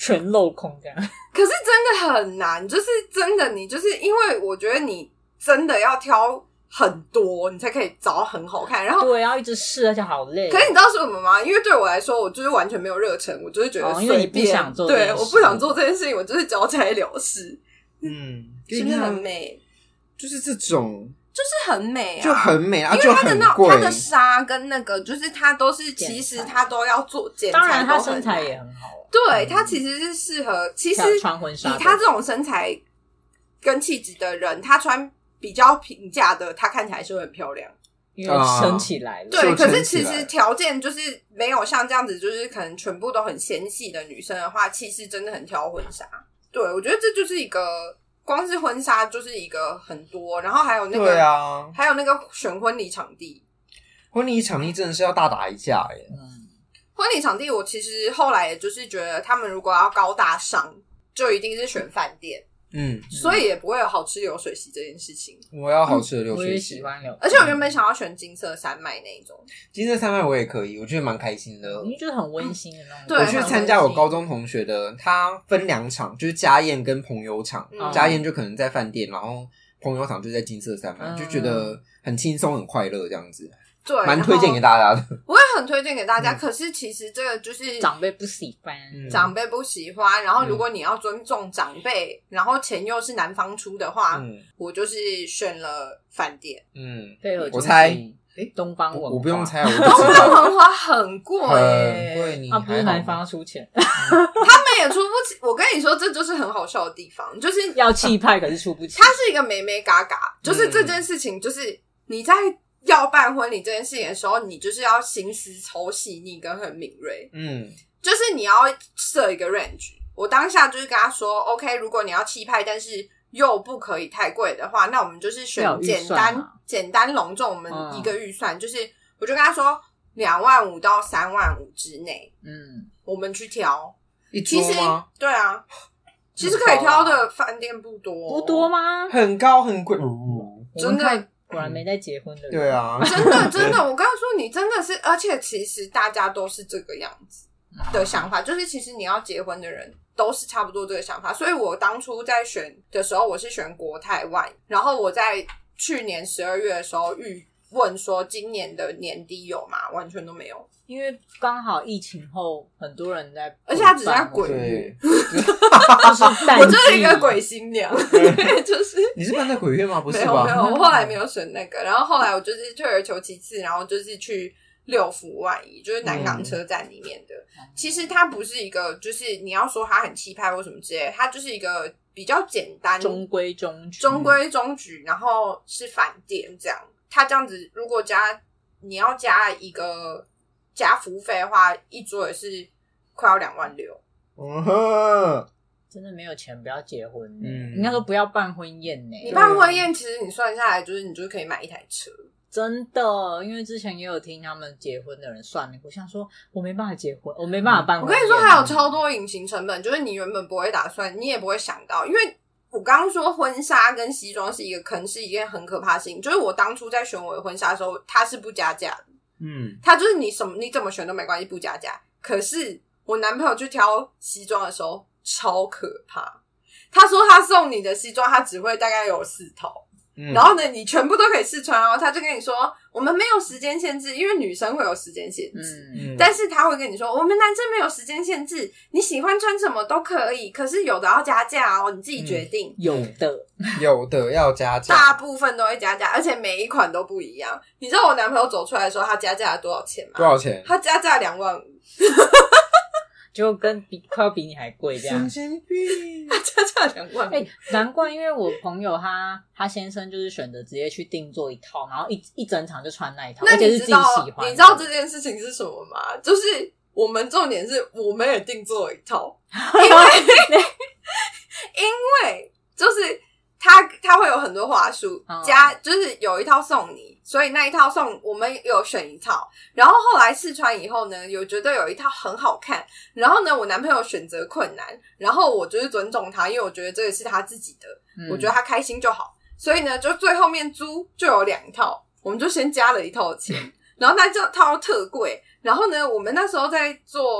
全镂空这样。 可是真的很难，就是真的你就是因为我觉得你真的要挑很多，你才可以找到很好看。然后对，要一直试，而且好累。 可是你知道是什么吗？因为对我来说，我就是完全没有热忱，我就是觉得随便， 因为你不想做这件事， 对，我不想做这件事情，我就是交差了事。是不是很美？ 就是这种， 就是很美啊， 就很美啊， 因为它的那它的纱跟那个，就是它都是，其实它都要做剪裁， 当然它身材也很好。 对，它其实是适合，其实穿婚纱， 以他这种身材跟气质的人，他穿比较平价的，他看起来是会很漂亮， 因为撑起来了。 对，可是其实条件就是没有像这样子，就是可能全部都很纤细的女生的话，其实真的很挑婚纱。对，我觉得这就是一个。光是婚纱就是一个很多，然后还有那个， 对啊， 还有那个选婚礼场地， 婚礼场地真的是要大打一架耶。 婚礼场地我其实后来也就是觉得，他们如果要高大上，就一定是选饭店，所以也不会有好吃流水席这件事情。 我要好吃的流水席， 我也喜欢流。 而且我原本想要选金色山脉那一种， 金色山脉我也可以，我觉得蛮开心的， 因为就是很温馨的那种。 对， 我去参加我高中同学的，他分2场，就是家宴跟朋友场。家宴就可能在饭店，然后朋友场就在金色山脉，就觉得很轻松、很快乐这样子。 对， 蛮推荐给大家的。 我也很推荐给大家。可是其实这个就是长辈不喜欢， 长辈不喜欢。然后如果你要尊重长辈，然后钱又是男方出的话，我就是选了饭店。 我猜， 东方文化， 我不用猜， 东方文化很贵， 很贵。你不是男方要出钱， 他们也出不起。我跟你说，这就是很好笑的地方，就是要气派，可是出不起。 它是一个美美嘎嘎，就是这件事情，就是你在。要办婚礼这件事情的时候，你就是要心思超细腻跟很敏锐。就是你要设一个 range。我当下就是跟他说 ，OK， 如果你要气派，但是又不可以太贵的话，那我们就是选简单隆重。我们一个预算就是，我就跟他说25000到35000之内。我们去挑一桌吗？ 对啊，其实可以挑的饭店不多， 不多吗？ 很高很贵， 真的。 果然没在结婚的人， 对啊， 真的，我刚才说你真的是，而且其实大家都是这个样子的想法，就是其实你要结婚的人都是差不多这个想法，所以我当初在选的时候，我是选国泰万，然后我在去年12月的时候问说今年的年底有吗？完全都没有。 因为刚好疫情后，很多人在， 而且他只在鬼月， 就是我就是一个鬼新娘，就是你是办在鬼月吗？不是吧？没有，我后来没有选那个，然后后来我就是退而求其次，然后就是去六福万怡，就是南港车站里面的。其实它不是一个，就是你要说它很气派或什么之类的，它就是一个比较简单、 中规中矩，然后是饭店这样。它这样子，如果你要加一个。加服务费的话，一桌也是快要26000。 真的没有钱不要结婚，应该说不要办婚宴呢。 你办婚宴，其实你算下来，就是你就可以买一台车。 真的，因为之前也有听他们结婚的人算了，我想说我没办法结婚，我没办法办婚宴。 我跟你说，还有超多隐形成本，就是你原本不会打算，你也不会想到，因为我刚刚说婚纱跟西装是一个坑，是一件很可怕的事情。就是我当初在选我的婚纱的时候，它是不加价的。他就是你怎么选都没关系，不加价。可是我男朋友去挑西装的时候超可怕，他说他送你的西装他只会大概有4套，然后呢你全部都可以试穿哦，他就跟你说我们没有时间限制，因为女生会有时间限制，但是他会跟你说我们男生没有时间限制，你喜欢穿什么都可以，可是有的要加价哦，你自己决定。 有的要加价， 大部分都会加价，而且每一款都不一样。你知道我男朋友走出来的时候他加价了多少钱吗？ 多少钱？ 他加价25000， 就快要比你还贵这样。 神经病！ 他加价25000， 难怪，因为我朋友他先生就是选择直接去定做一套，然后一整场就穿那一套，而且是自己喜欢的。 你知道这件事情是什么吗？就是我们重点是我们也定做了一套，因为就是他会有很多话术，就是有一套送你，所以那一套送我们有选一套，然后后来试穿以后呢，有觉得有一套很好看，然后呢我男朋友选择困难，然后我就是尊重他，因为我觉得这个是他自己的，我觉得他开心就好，所以呢就最后面租就有2套，我们就先加了1套的钱，然后那套特贵，然后呢我们那时候在做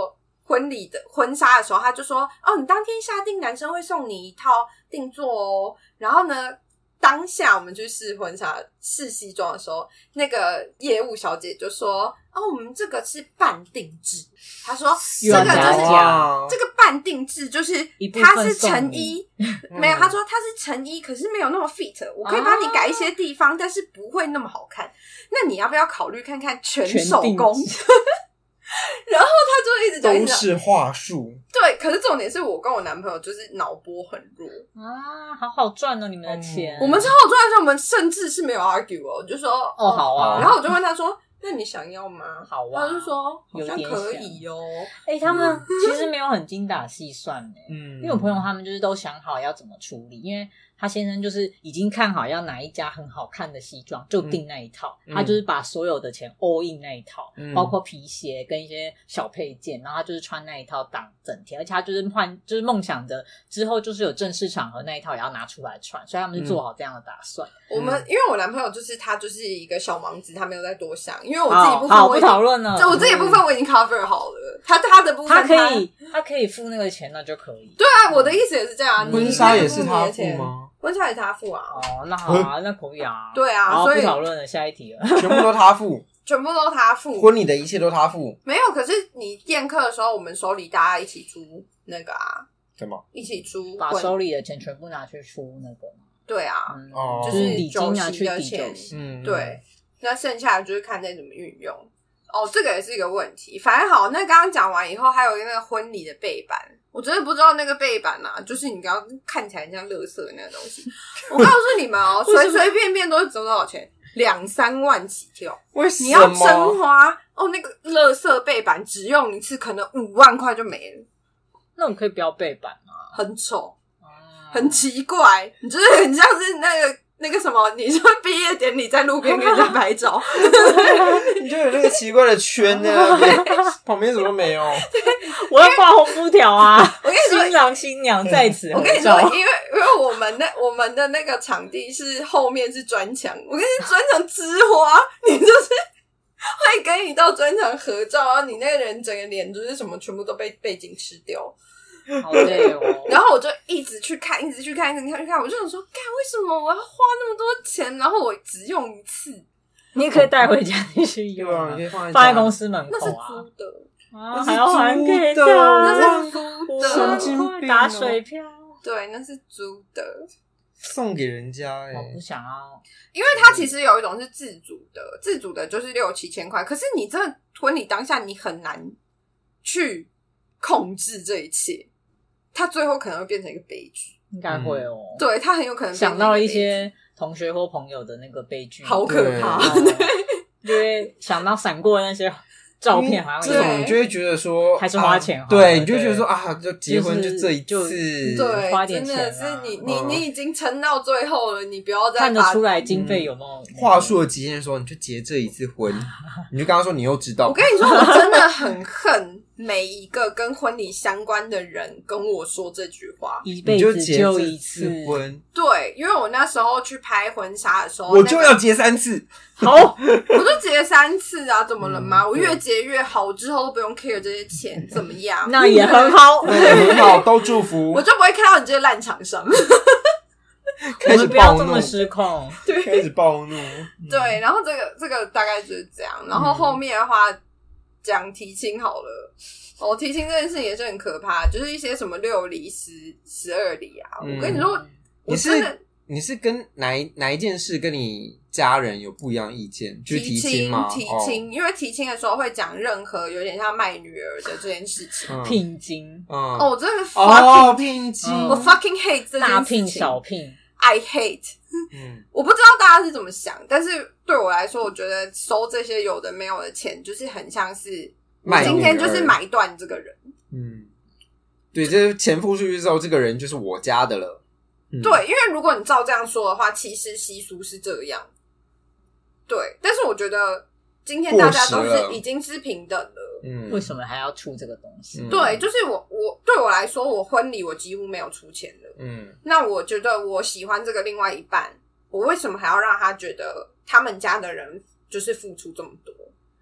婚纱的时候，他就说哦，你当天下定，男生会送你一套定做哦。然后呢，当下我们去试婚纱、试西装的时候，那个业务小姐就说哦，我们这个是半定制。她说这个就是这个半定制，就是它是成衣，没有，她说它是成衣，可是没有那么 fit。我可以帮你改一些地方，但是不会那么好看。那你要不要考虑看看全手工？然后他就一直讲都是话术。 对，可是重点是我跟我男朋友就是脑波很弱啊，好好赚哦，你们的钱。 我们超好赚的时候，我们甚至是没有 argue 哦，就说哦好啊， 然后我就问他说那你想要吗？ 好啊， 他就说好像可以哦。 他们其实没有很精打细算因为我朋友他们就是都想好要怎么处理，因为他先生就是已经看好要哪一家很好看的西装就订那一套，他就是把所有的钱 all in 那一套，包括皮鞋跟一些小配件，然后他就是穿那一套当整天，而且他就是梦想着之后就是有正式场合那一套也要拿出来穿，所以他们是做好这样的打算。 我们因为我男朋友就是他就是一个小盲子，他没有再多想，因为我自己部分好不讨论了， 我自己部分我已经 cover 好了，他的部分他可以付那个钱，那就可以。 对啊，我的意思也是这样。 婚纱也是他付吗？ 婚纱也是他付啊。 哦，那好啊，那可以啊。 对啊，所以不讨论了，下一题了。 全部都他付， 全部都他付， 婚礼的一切都他付。 没有，可是你宴客的时候，我们手里大家一起出那个啊， 什么？ 一起出， 把手里的钱全部拿去出那个。 对啊， 就是礼金拿去抵酒席。 对，那剩下的就是看再怎么运用。哦，这个也是一个问题。反正好，那刚刚讲完以后，还有那个婚礼的背板，我真的不知道那个背板啊，就是你刚刚看起来像垃圾的那个东西。我告诉你们哦，随随便便都是值多少钱，2-3万起跳。 为什么？ 你要真花哦，那个垃圾背板只用一次，可能5万块就没了。 那我可以不要背板吗？ 很丑，很奇怪，你就是很像是那个什么，你说毕业典礼在路边跟人家拍照， 你就有那个奇怪的圈在那边，旁边什么都没有。 我要挂红布条啊！ 我跟你说， 新郎新娘在此。 我跟你说，因为我们的那个场地是后面是专墙，我跟你专墙之花，你就是会跟你到专场合照，然后你那个人整个脸就是什么全部都被背景吃掉。 好累哦！ 然后我就一直去看，我就想说，干为什么我要花那么多钱，然后我只用一次？ 你可以带回家继续用啊， 你可以放在公司门口啊。 那是租的啊，还要还给他， 那是租的， 神经病打水漂。 对，那是租的， 送给人家我不想要， 因为它其实有一种是自主的就是6-7千块，可是你真的婚礼当下你很难去控制这一切。他最后可能会变成一个悲剧， 应该会哦。 对，他很有可能想到一些同学或朋友的那个悲剧， 好可怕。 就会想到闪过那些照片，好像这种你就会觉得说还是花钱， 对，你就会觉得说啊，就结婚就这一次， 对， 花点钱， 真的是你已经撑到最后了，你不要再看得出来经费有没有话术的极限，说你就结这一次婚，你就跟他说你又知道。 我跟你说，我真的很恨每一个跟婚礼相关的人跟我说这句话， 一辈子就一次婚。 对，因为我那时候去拍婚纱的时候， 我就要结3次。 好， 我就结3次啊，怎么了吗？我越结越好，之后都不用 care 这些钱，怎么样？ 那也很好， 那也很好，都祝福。 我就不会看到你这些烂厂商。 开始不要这么失控， 对，开始暴怒。 对，然后这个大概就是这样，然后后面的话。讲提亲好了，提亲这件事情也是很可怕，就是一些什么6礼、12礼啊。我跟你说， 你是跟哪一件事跟你家人有不一样意见？就是提亲吗？ 提亲，因为提亲的时候会讲任何有点像卖女儿的这件事情， 聘金。 我真的聘金， 我 fucking hate 这件事情， 大聘小聘 ，I hate。我不知道大家是怎么想，但是对我来说，我觉得收这些有的没有的钱，就是很像是我今天就是买断这个人。 对，这钱付出去之后，这个人就是我家的了。 对，因为如果你照这样说的话，其实习俗是这样。对，但是我觉得今天大家都是已经是平等了， 为什么还要出这个东西？ 对，就是我对我来说，我婚礼我几乎没有出钱的。那我觉得我喜欢这个另外一半，我为什么还要让他觉得他们家的人就是付出这么多？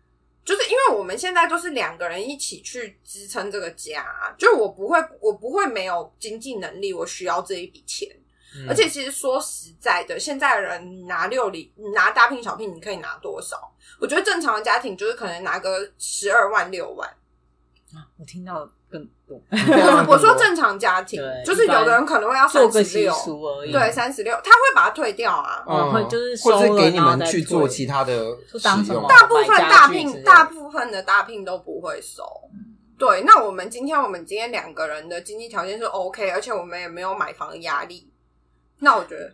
就是因为我们现在都是2个人一起去支撑这个家，就我不会没有经济能力，我需要这一笔钱。而且其实说实在的，现在人拿你拿大聘小聘，你可以拿多少？我觉得正常的家庭就是可能拿个12万6万。 我听到更多。 我说正常家庭，就是有的人可能会要36， 做个习俗而已。 对，36，他会把它退掉啊， 会就是收了或者给你们去做其他的使用。 大部分的大聘都不会收。对，那我们今天2个人的经济条件是 OK， 而且我们也没有买房的压力。那我觉得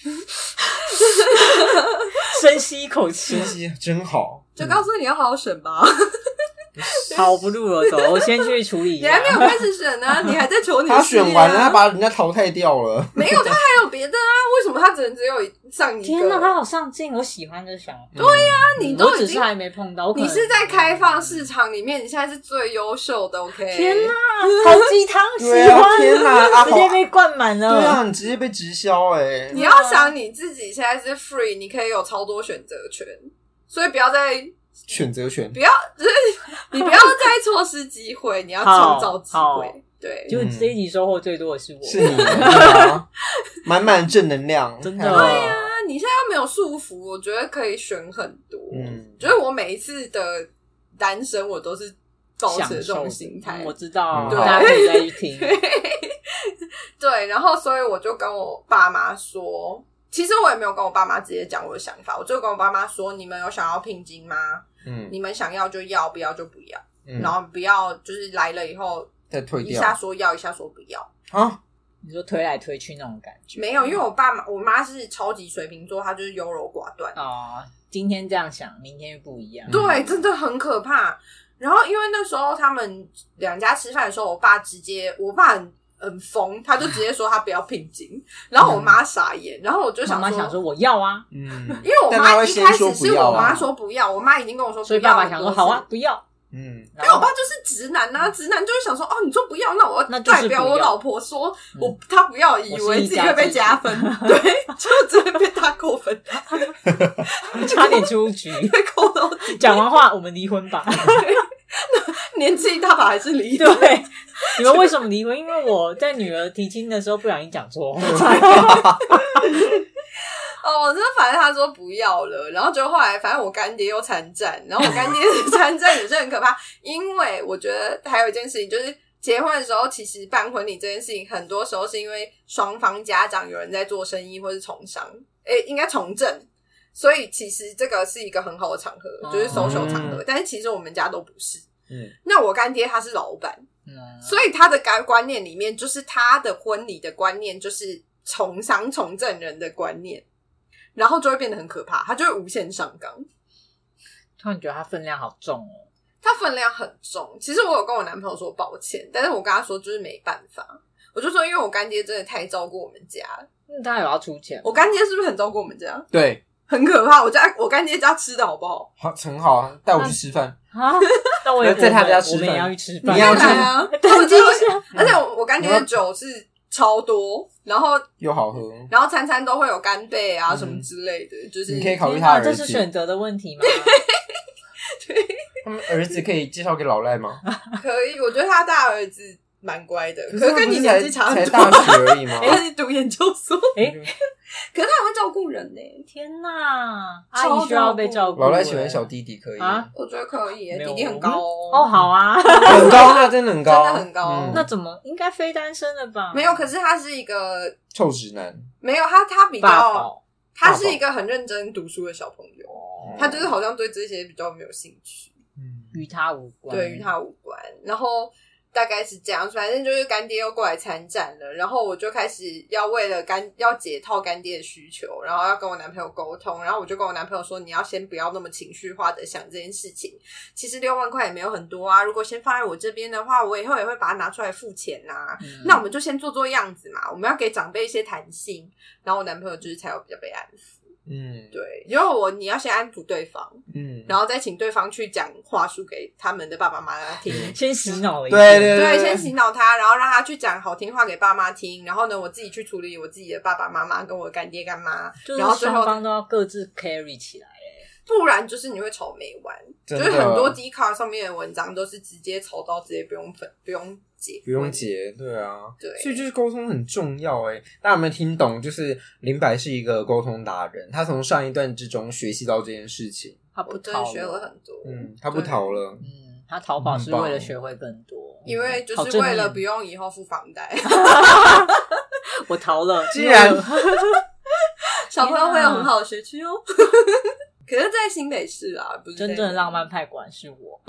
深吸一口气， 深吸真好， 就告诉你要好好选吧。 好，我不录了，走，我先去处理一下。 你还没有开始选呢，你还在求你的事业啊。 他选完了，他把人家淘汰掉了。 没有，他还有别的啊？为什么他只有上一个？ 天哪，他好上进，我喜欢这想法。 对呀，你都已经我只是还没碰到。 你是在开放市场里面，你现在是最优秀的。OK， 天哪，好鸡汤，喜欢！ 天哪， 直接被灌满了。 对啊，你直接被直销哎！ 你要想你自己现在是 free， 你可以有超多选择权，所以不要再选择权， 不要就是你不要再错失机会，你要创造机会。对， 就这一集收获最多的是我， 是你，满满正能量， 真的。 对啊，你现在又没有束缚，我觉得可以选很多。就是我每一次的单身，我都是抱持这种心态。 我知道， 大家可以再去听。 对，然后所以我就跟我爸妈说，其实我也没有跟我爸妈直接讲我的想法，我就跟我爸妈说，你们有想要聘金吗？你们想要就要，不要就不要。然后不要就是来了以后再退掉， 一下说要，一下说不要啊。 你说推来推去那种感觉？ 没有，因为我妈是超级水瓶座，她就是优柔寡断。 今天这样想，明天又不一样。 对，真的很可怕。然后因为那时候他们2家吃饭的时候，我爸很疯，他就直接说他不要聘金，然后我妈傻眼，然后我就想说我要啊， 因为我妈一开始是我妈说不要，我妈已经跟我说不要， 所以爸爸想说好啊，不要。 因为我爸就是直男啊，直男就会想说你说不要，那我要代表我老婆说他不要，以为自己会被加分，对，就只会被他扣分， 差点出局， 被扣到讲完话我们离婚吧。 年纪一大把还是离婚？ 对，你们为什么离婚？因为我在女儿提亲的时候不小心讲错话。 反正他说不要了，然后就后来反正我干爹又参战，然后我干爹的参战也是很可怕，因为我觉得还有一件事情就是结婚的时候，其实办婚礼这件事情很多时候是因为双方家长有人在做生意或是从商，应该从政，所以其实这个是一个很好的场合，就是 social 场合，但是其实我们家都不是。那我干爹他是老板，所以他的观念里面就是他的婚礼的观念就是从商从政人的观念，然后就会变得很可怕，他就会无限上纲。 突然觉得他分量好重哦。 他分量很重，其实我有跟我男朋友说抱歉，但是我跟他说就是没办法，我就说因为我干爹真的太照顾我们家， 他有要出钱。 我干爹是不是很照顾我们家？ 对， 很可怕。我干爹家吃的好不好？ 很好啊，带我去吃饭啊！那我也在他家吃饭， 我们也要去吃饭， 你要去啊？登记一下。而且我干爹的酒是超多，然后又好喝， 然后餐餐都会有干贝啊什么之类的，就是你可以考虑他儿子。 这是选择的问题吗？ 对， 他们儿子可以介绍给老赖吗？ 可以，我觉得他大儿子蛮乖的，可是跟你年纪差很多， 才大学而已吗？ 他是读研究所，可是他很会照顾人呢。 天哪，阿姨需要被照顾。 老赖喜欢小弟弟可以啊？我觉得可以，弟弟很高哦，好啊， 很高，那真的很高， 真的很高。 那怎么应该非单身了吧？ 没有，可是他是一个臭直男， 没有他比较，他是一个很认真读书的小朋友，他就是好像对这些比较没有兴趣， 与他无关， 对，与他无关。然后大概是这样，反正就是干爹又过来参战了，然后我就开始要为了要解套干爹的需求，然后要跟我男朋友沟通，然后我就跟我男朋友说，你要先不要那么情绪化的想这件事情，其实6万块也没有很多啊，如果先放在我这边的话，我以后也会把它拿出来付钱啊，那我们就先做样子嘛，我们要给长辈一些弹性，然后我男朋友就是才有比较被安抚。对，因为你要先安抚对方，然后再请对方去讲话术给他们的爸爸妈妈听， 先洗脑一下， 对，先洗脑他，然后让他去讲好听话给爸妈听，然后呢，我自己去处理我自己的爸爸妈妈跟我的干爹干妈，然后双方都要各自 carry 起来。 不然就是你会吵没完。就是很多 Dcard 上面的文章都是直接吵到直接不用结， 对啊， 对， 所以就是沟通很重要大家有没有听懂？就是林白是一个沟通达人，他从上一段之中学习到这件事情， 他不真的学了很多， 他不逃了， 他逃跑是为了学会更多， 因为就是为了不用以后付房贷。 我逃了， 既然小朋友会有很好的学区哦。可是在新北市啊，不是真正的浪漫派馆是我。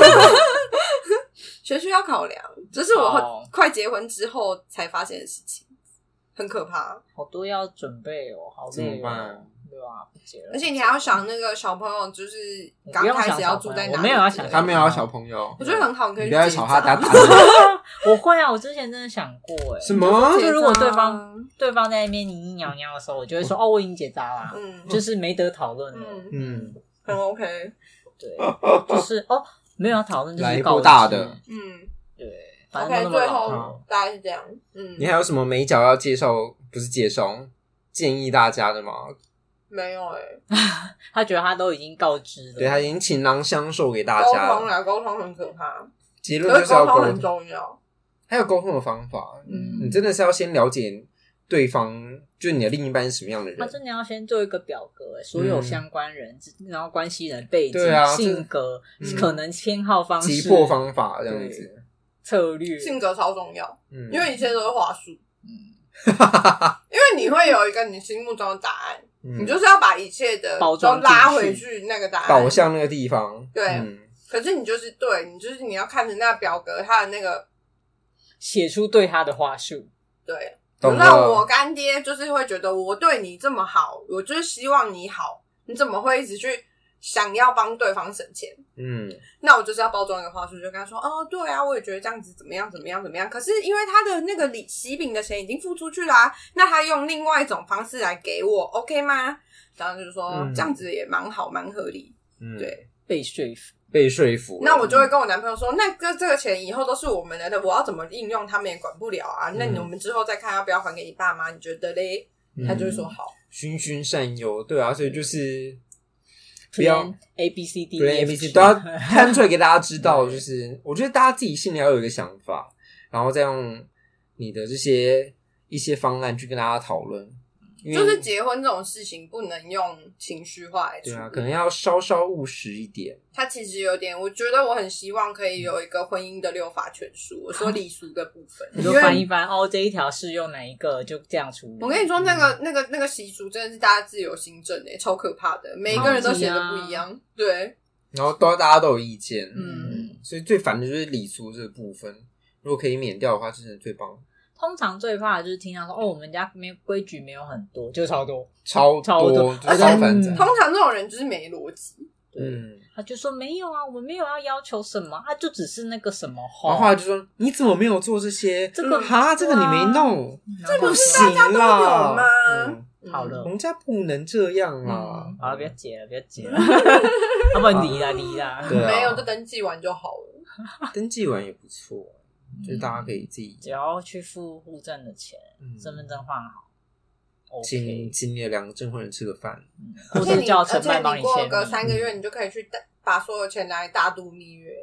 学区要考量，这是我快结婚之后才发现的事情，很可怕， 好多要准备好累怎么办？ 对吧？不结了， 而且你还要想那个小朋友，就是刚开始要住在哪里。 我没有要想， 他没有要小朋友， 我觉得很好，可以不要吵他打。 我会啊，我之前真的想过什么？ 就如果对方在那边你你鸟鸟的时候，我就会说我已经结扎了，就是没得讨论了， 很 OK， 对，就是没有要讨论，就是来一波大的， 对，反正 OK， 最后大概是这样， 你还有什么眉角要介绍？不是介绍，建议大家的吗？ 没有他觉得他都已经告知了， 对，他已经倾囊相授给大家。 沟通很可怕， 结论就是要沟通很重要， 还有沟通的方法。你真的是要先了解对方，就是你的另一半是什么样的人。 他真的要先做一个表格，所有相关人，然后关系人背景、性格、可能偏好方式、 击破方法这样子， 策略， 性格超重要，因为一切都是话术。因为你会有一个你心目中的答案，你就是要把一切的都拉回去那个答案， 导向那个地方。 对，可是你就是你要看着那个表格，他的那个写出对他的话术。 对，比如说我干爹就是会觉得我对你这么好，我就是希望你好，你怎么会一直去想要帮对方省钱？那我就是要包装一个话术，就跟他说对啊，我也觉得这样子怎么样怎么样怎么样。可是因为他的那个喜饼的钱已经付出去啦，那他用另外一种方式来给我 ，OK 吗？然后就是说这样子也蛮好，蛮合理。对， 被说服。 那我就会跟我男朋友说，那这个钱以后都是我们的，我要怎么应用，他们也管不了啊。那我们之后再看要不要还给你爸妈，你觉得嘞？他就会说好， 循循善诱。对啊，所以就是不要 ABCD 都要摊出来给大家知道。就是我觉得大家自己心里要有一个想法，然后再用你的这些一些方案去跟大家讨论。 就是结婚这种事情不能用情绪化来处理， 对啊，可能要稍稍务实一点。 它其实有点，我觉得我很希望可以有一个婚姻的6法全书。我说礼俗的部分， 你就翻一翻这一条适用哪一个，就这样处理。 我跟你说，那个习俗真的是大家自由行政超可怕的，每个人都写的不一样，对， 然后大家都有意见，所以最烦的就是礼俗这个部分，如果可以免掉的话，真的最棒。 通常最怕的就是听到说我们家规矩没有很多，就超多， 而且通常这种人就是没逻辑。 他就说没有啊，我们没有要求什么就只是那个什么然后后来就说你怎么没有做这些？这个这个你没弄， 这不是大家都有吗？ 好了， 我们家不能这样啊！ 好了，不要结了，要不然离啦。 没有，就登记完就好了。 登记完也不错。就是大家可以自己只要去付户政的钱，身份证换好， 请你的2个证婚人吃个饭， 或是叫承办帮你过个3个月，你就可以去把所有钱拿来大度蜜月。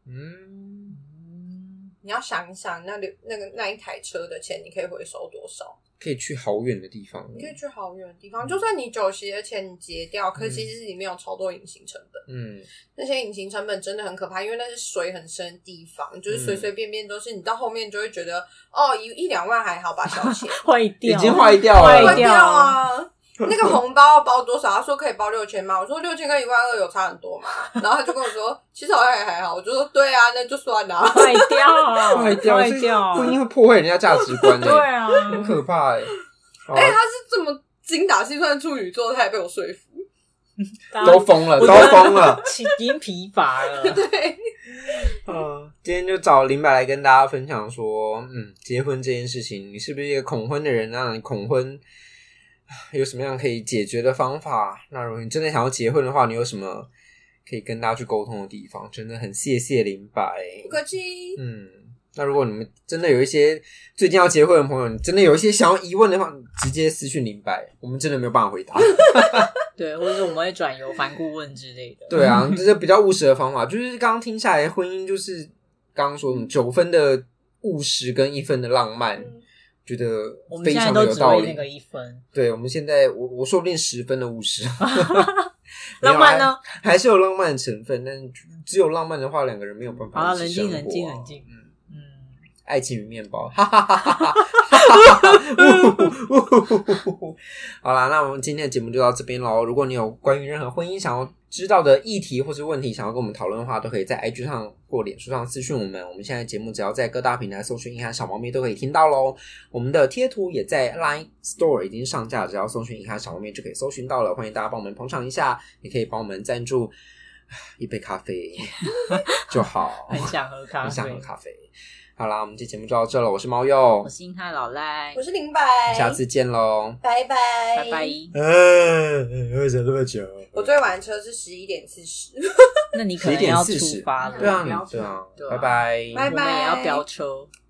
你要想一想，那一台车的钱，你可以回收多少？ 可以去好远的地方， 可以去好远的地方。就算你酒席的钱你结掉，可是其实里面有超多隐形成本。那些隐形成本真的很可怕，因为那是水很深的地方，就是随随便便都是。你到后面就会觉得1-2万还好吧，小钱坏掉， 已经坏掉了， 坏掉啊！那个红包包多少？他说可以包6000吗？我说6000跟12000有差很多嘛。然后他就跟我说，其实好像还好。我就说对啊，那就算啦。 坏掉， 婚姻会破坏人家价值观。 对啊， 很可怕他是这么精打细算的处女座，他也被我说服。 都疯了， 已经疲乏了。 对， 今天就找林白来跟大家分享说，结婚这件事情，你是不是一个恐婚的人？那你恐婚有什么样可以解决的方法？那如果你真的想要结婚的话，你有什么可以跟大家去沟通的地方？真的很谢谢林白， 不客气。 那如果你们真的有一些最近要结婚的朋友，你真的有一些想要疑问的话，直接私讯林白，我们真的没有办法回答。 对，或者是我们会转由凡顾问之类的。 对啊，这是比较务实的方法。就是刚刚听下来，婚姻就是刚刚说9分的务实跟1分的浪漫，觉得非常的有道理。我们现在都只为那个 1分。 对，我们现在我说不定10分的务实。 浪漫呢？ 还是有浪漫的成分，但只有浪漫的话，2个人没有办法一起生活。 冷静。 爱情与面包，哈哈哈哈哈！好啦，那我们今天的节目就到这边咯。如果你有关于任何婚姻想要知道的议题或是问题想要跟我们讨论的话，都可以在 IG 上或脸书上私讯我们。我们现在节目只要在各大平台搜寻硬汉小猫咪都可以听到咯。我们的贴图也在 LINE Store 已经上架，只要搜寻硬汉小猫咪就可以搜寻到了。欢迎大家帮我们捧场一下，也可以帮我们赞助一杯咖啡就好。 很想喝咖啡。 好啦，我们这节目就到这了。我是猫鼬， 我是硬汉老赖， 我是林白， 下次见咯， 拜拜， 拜拜。 为什么这么久？ 我最晚车是11:40， 那你可能要出发了。 对啊，拜拜， 我们也要飙车。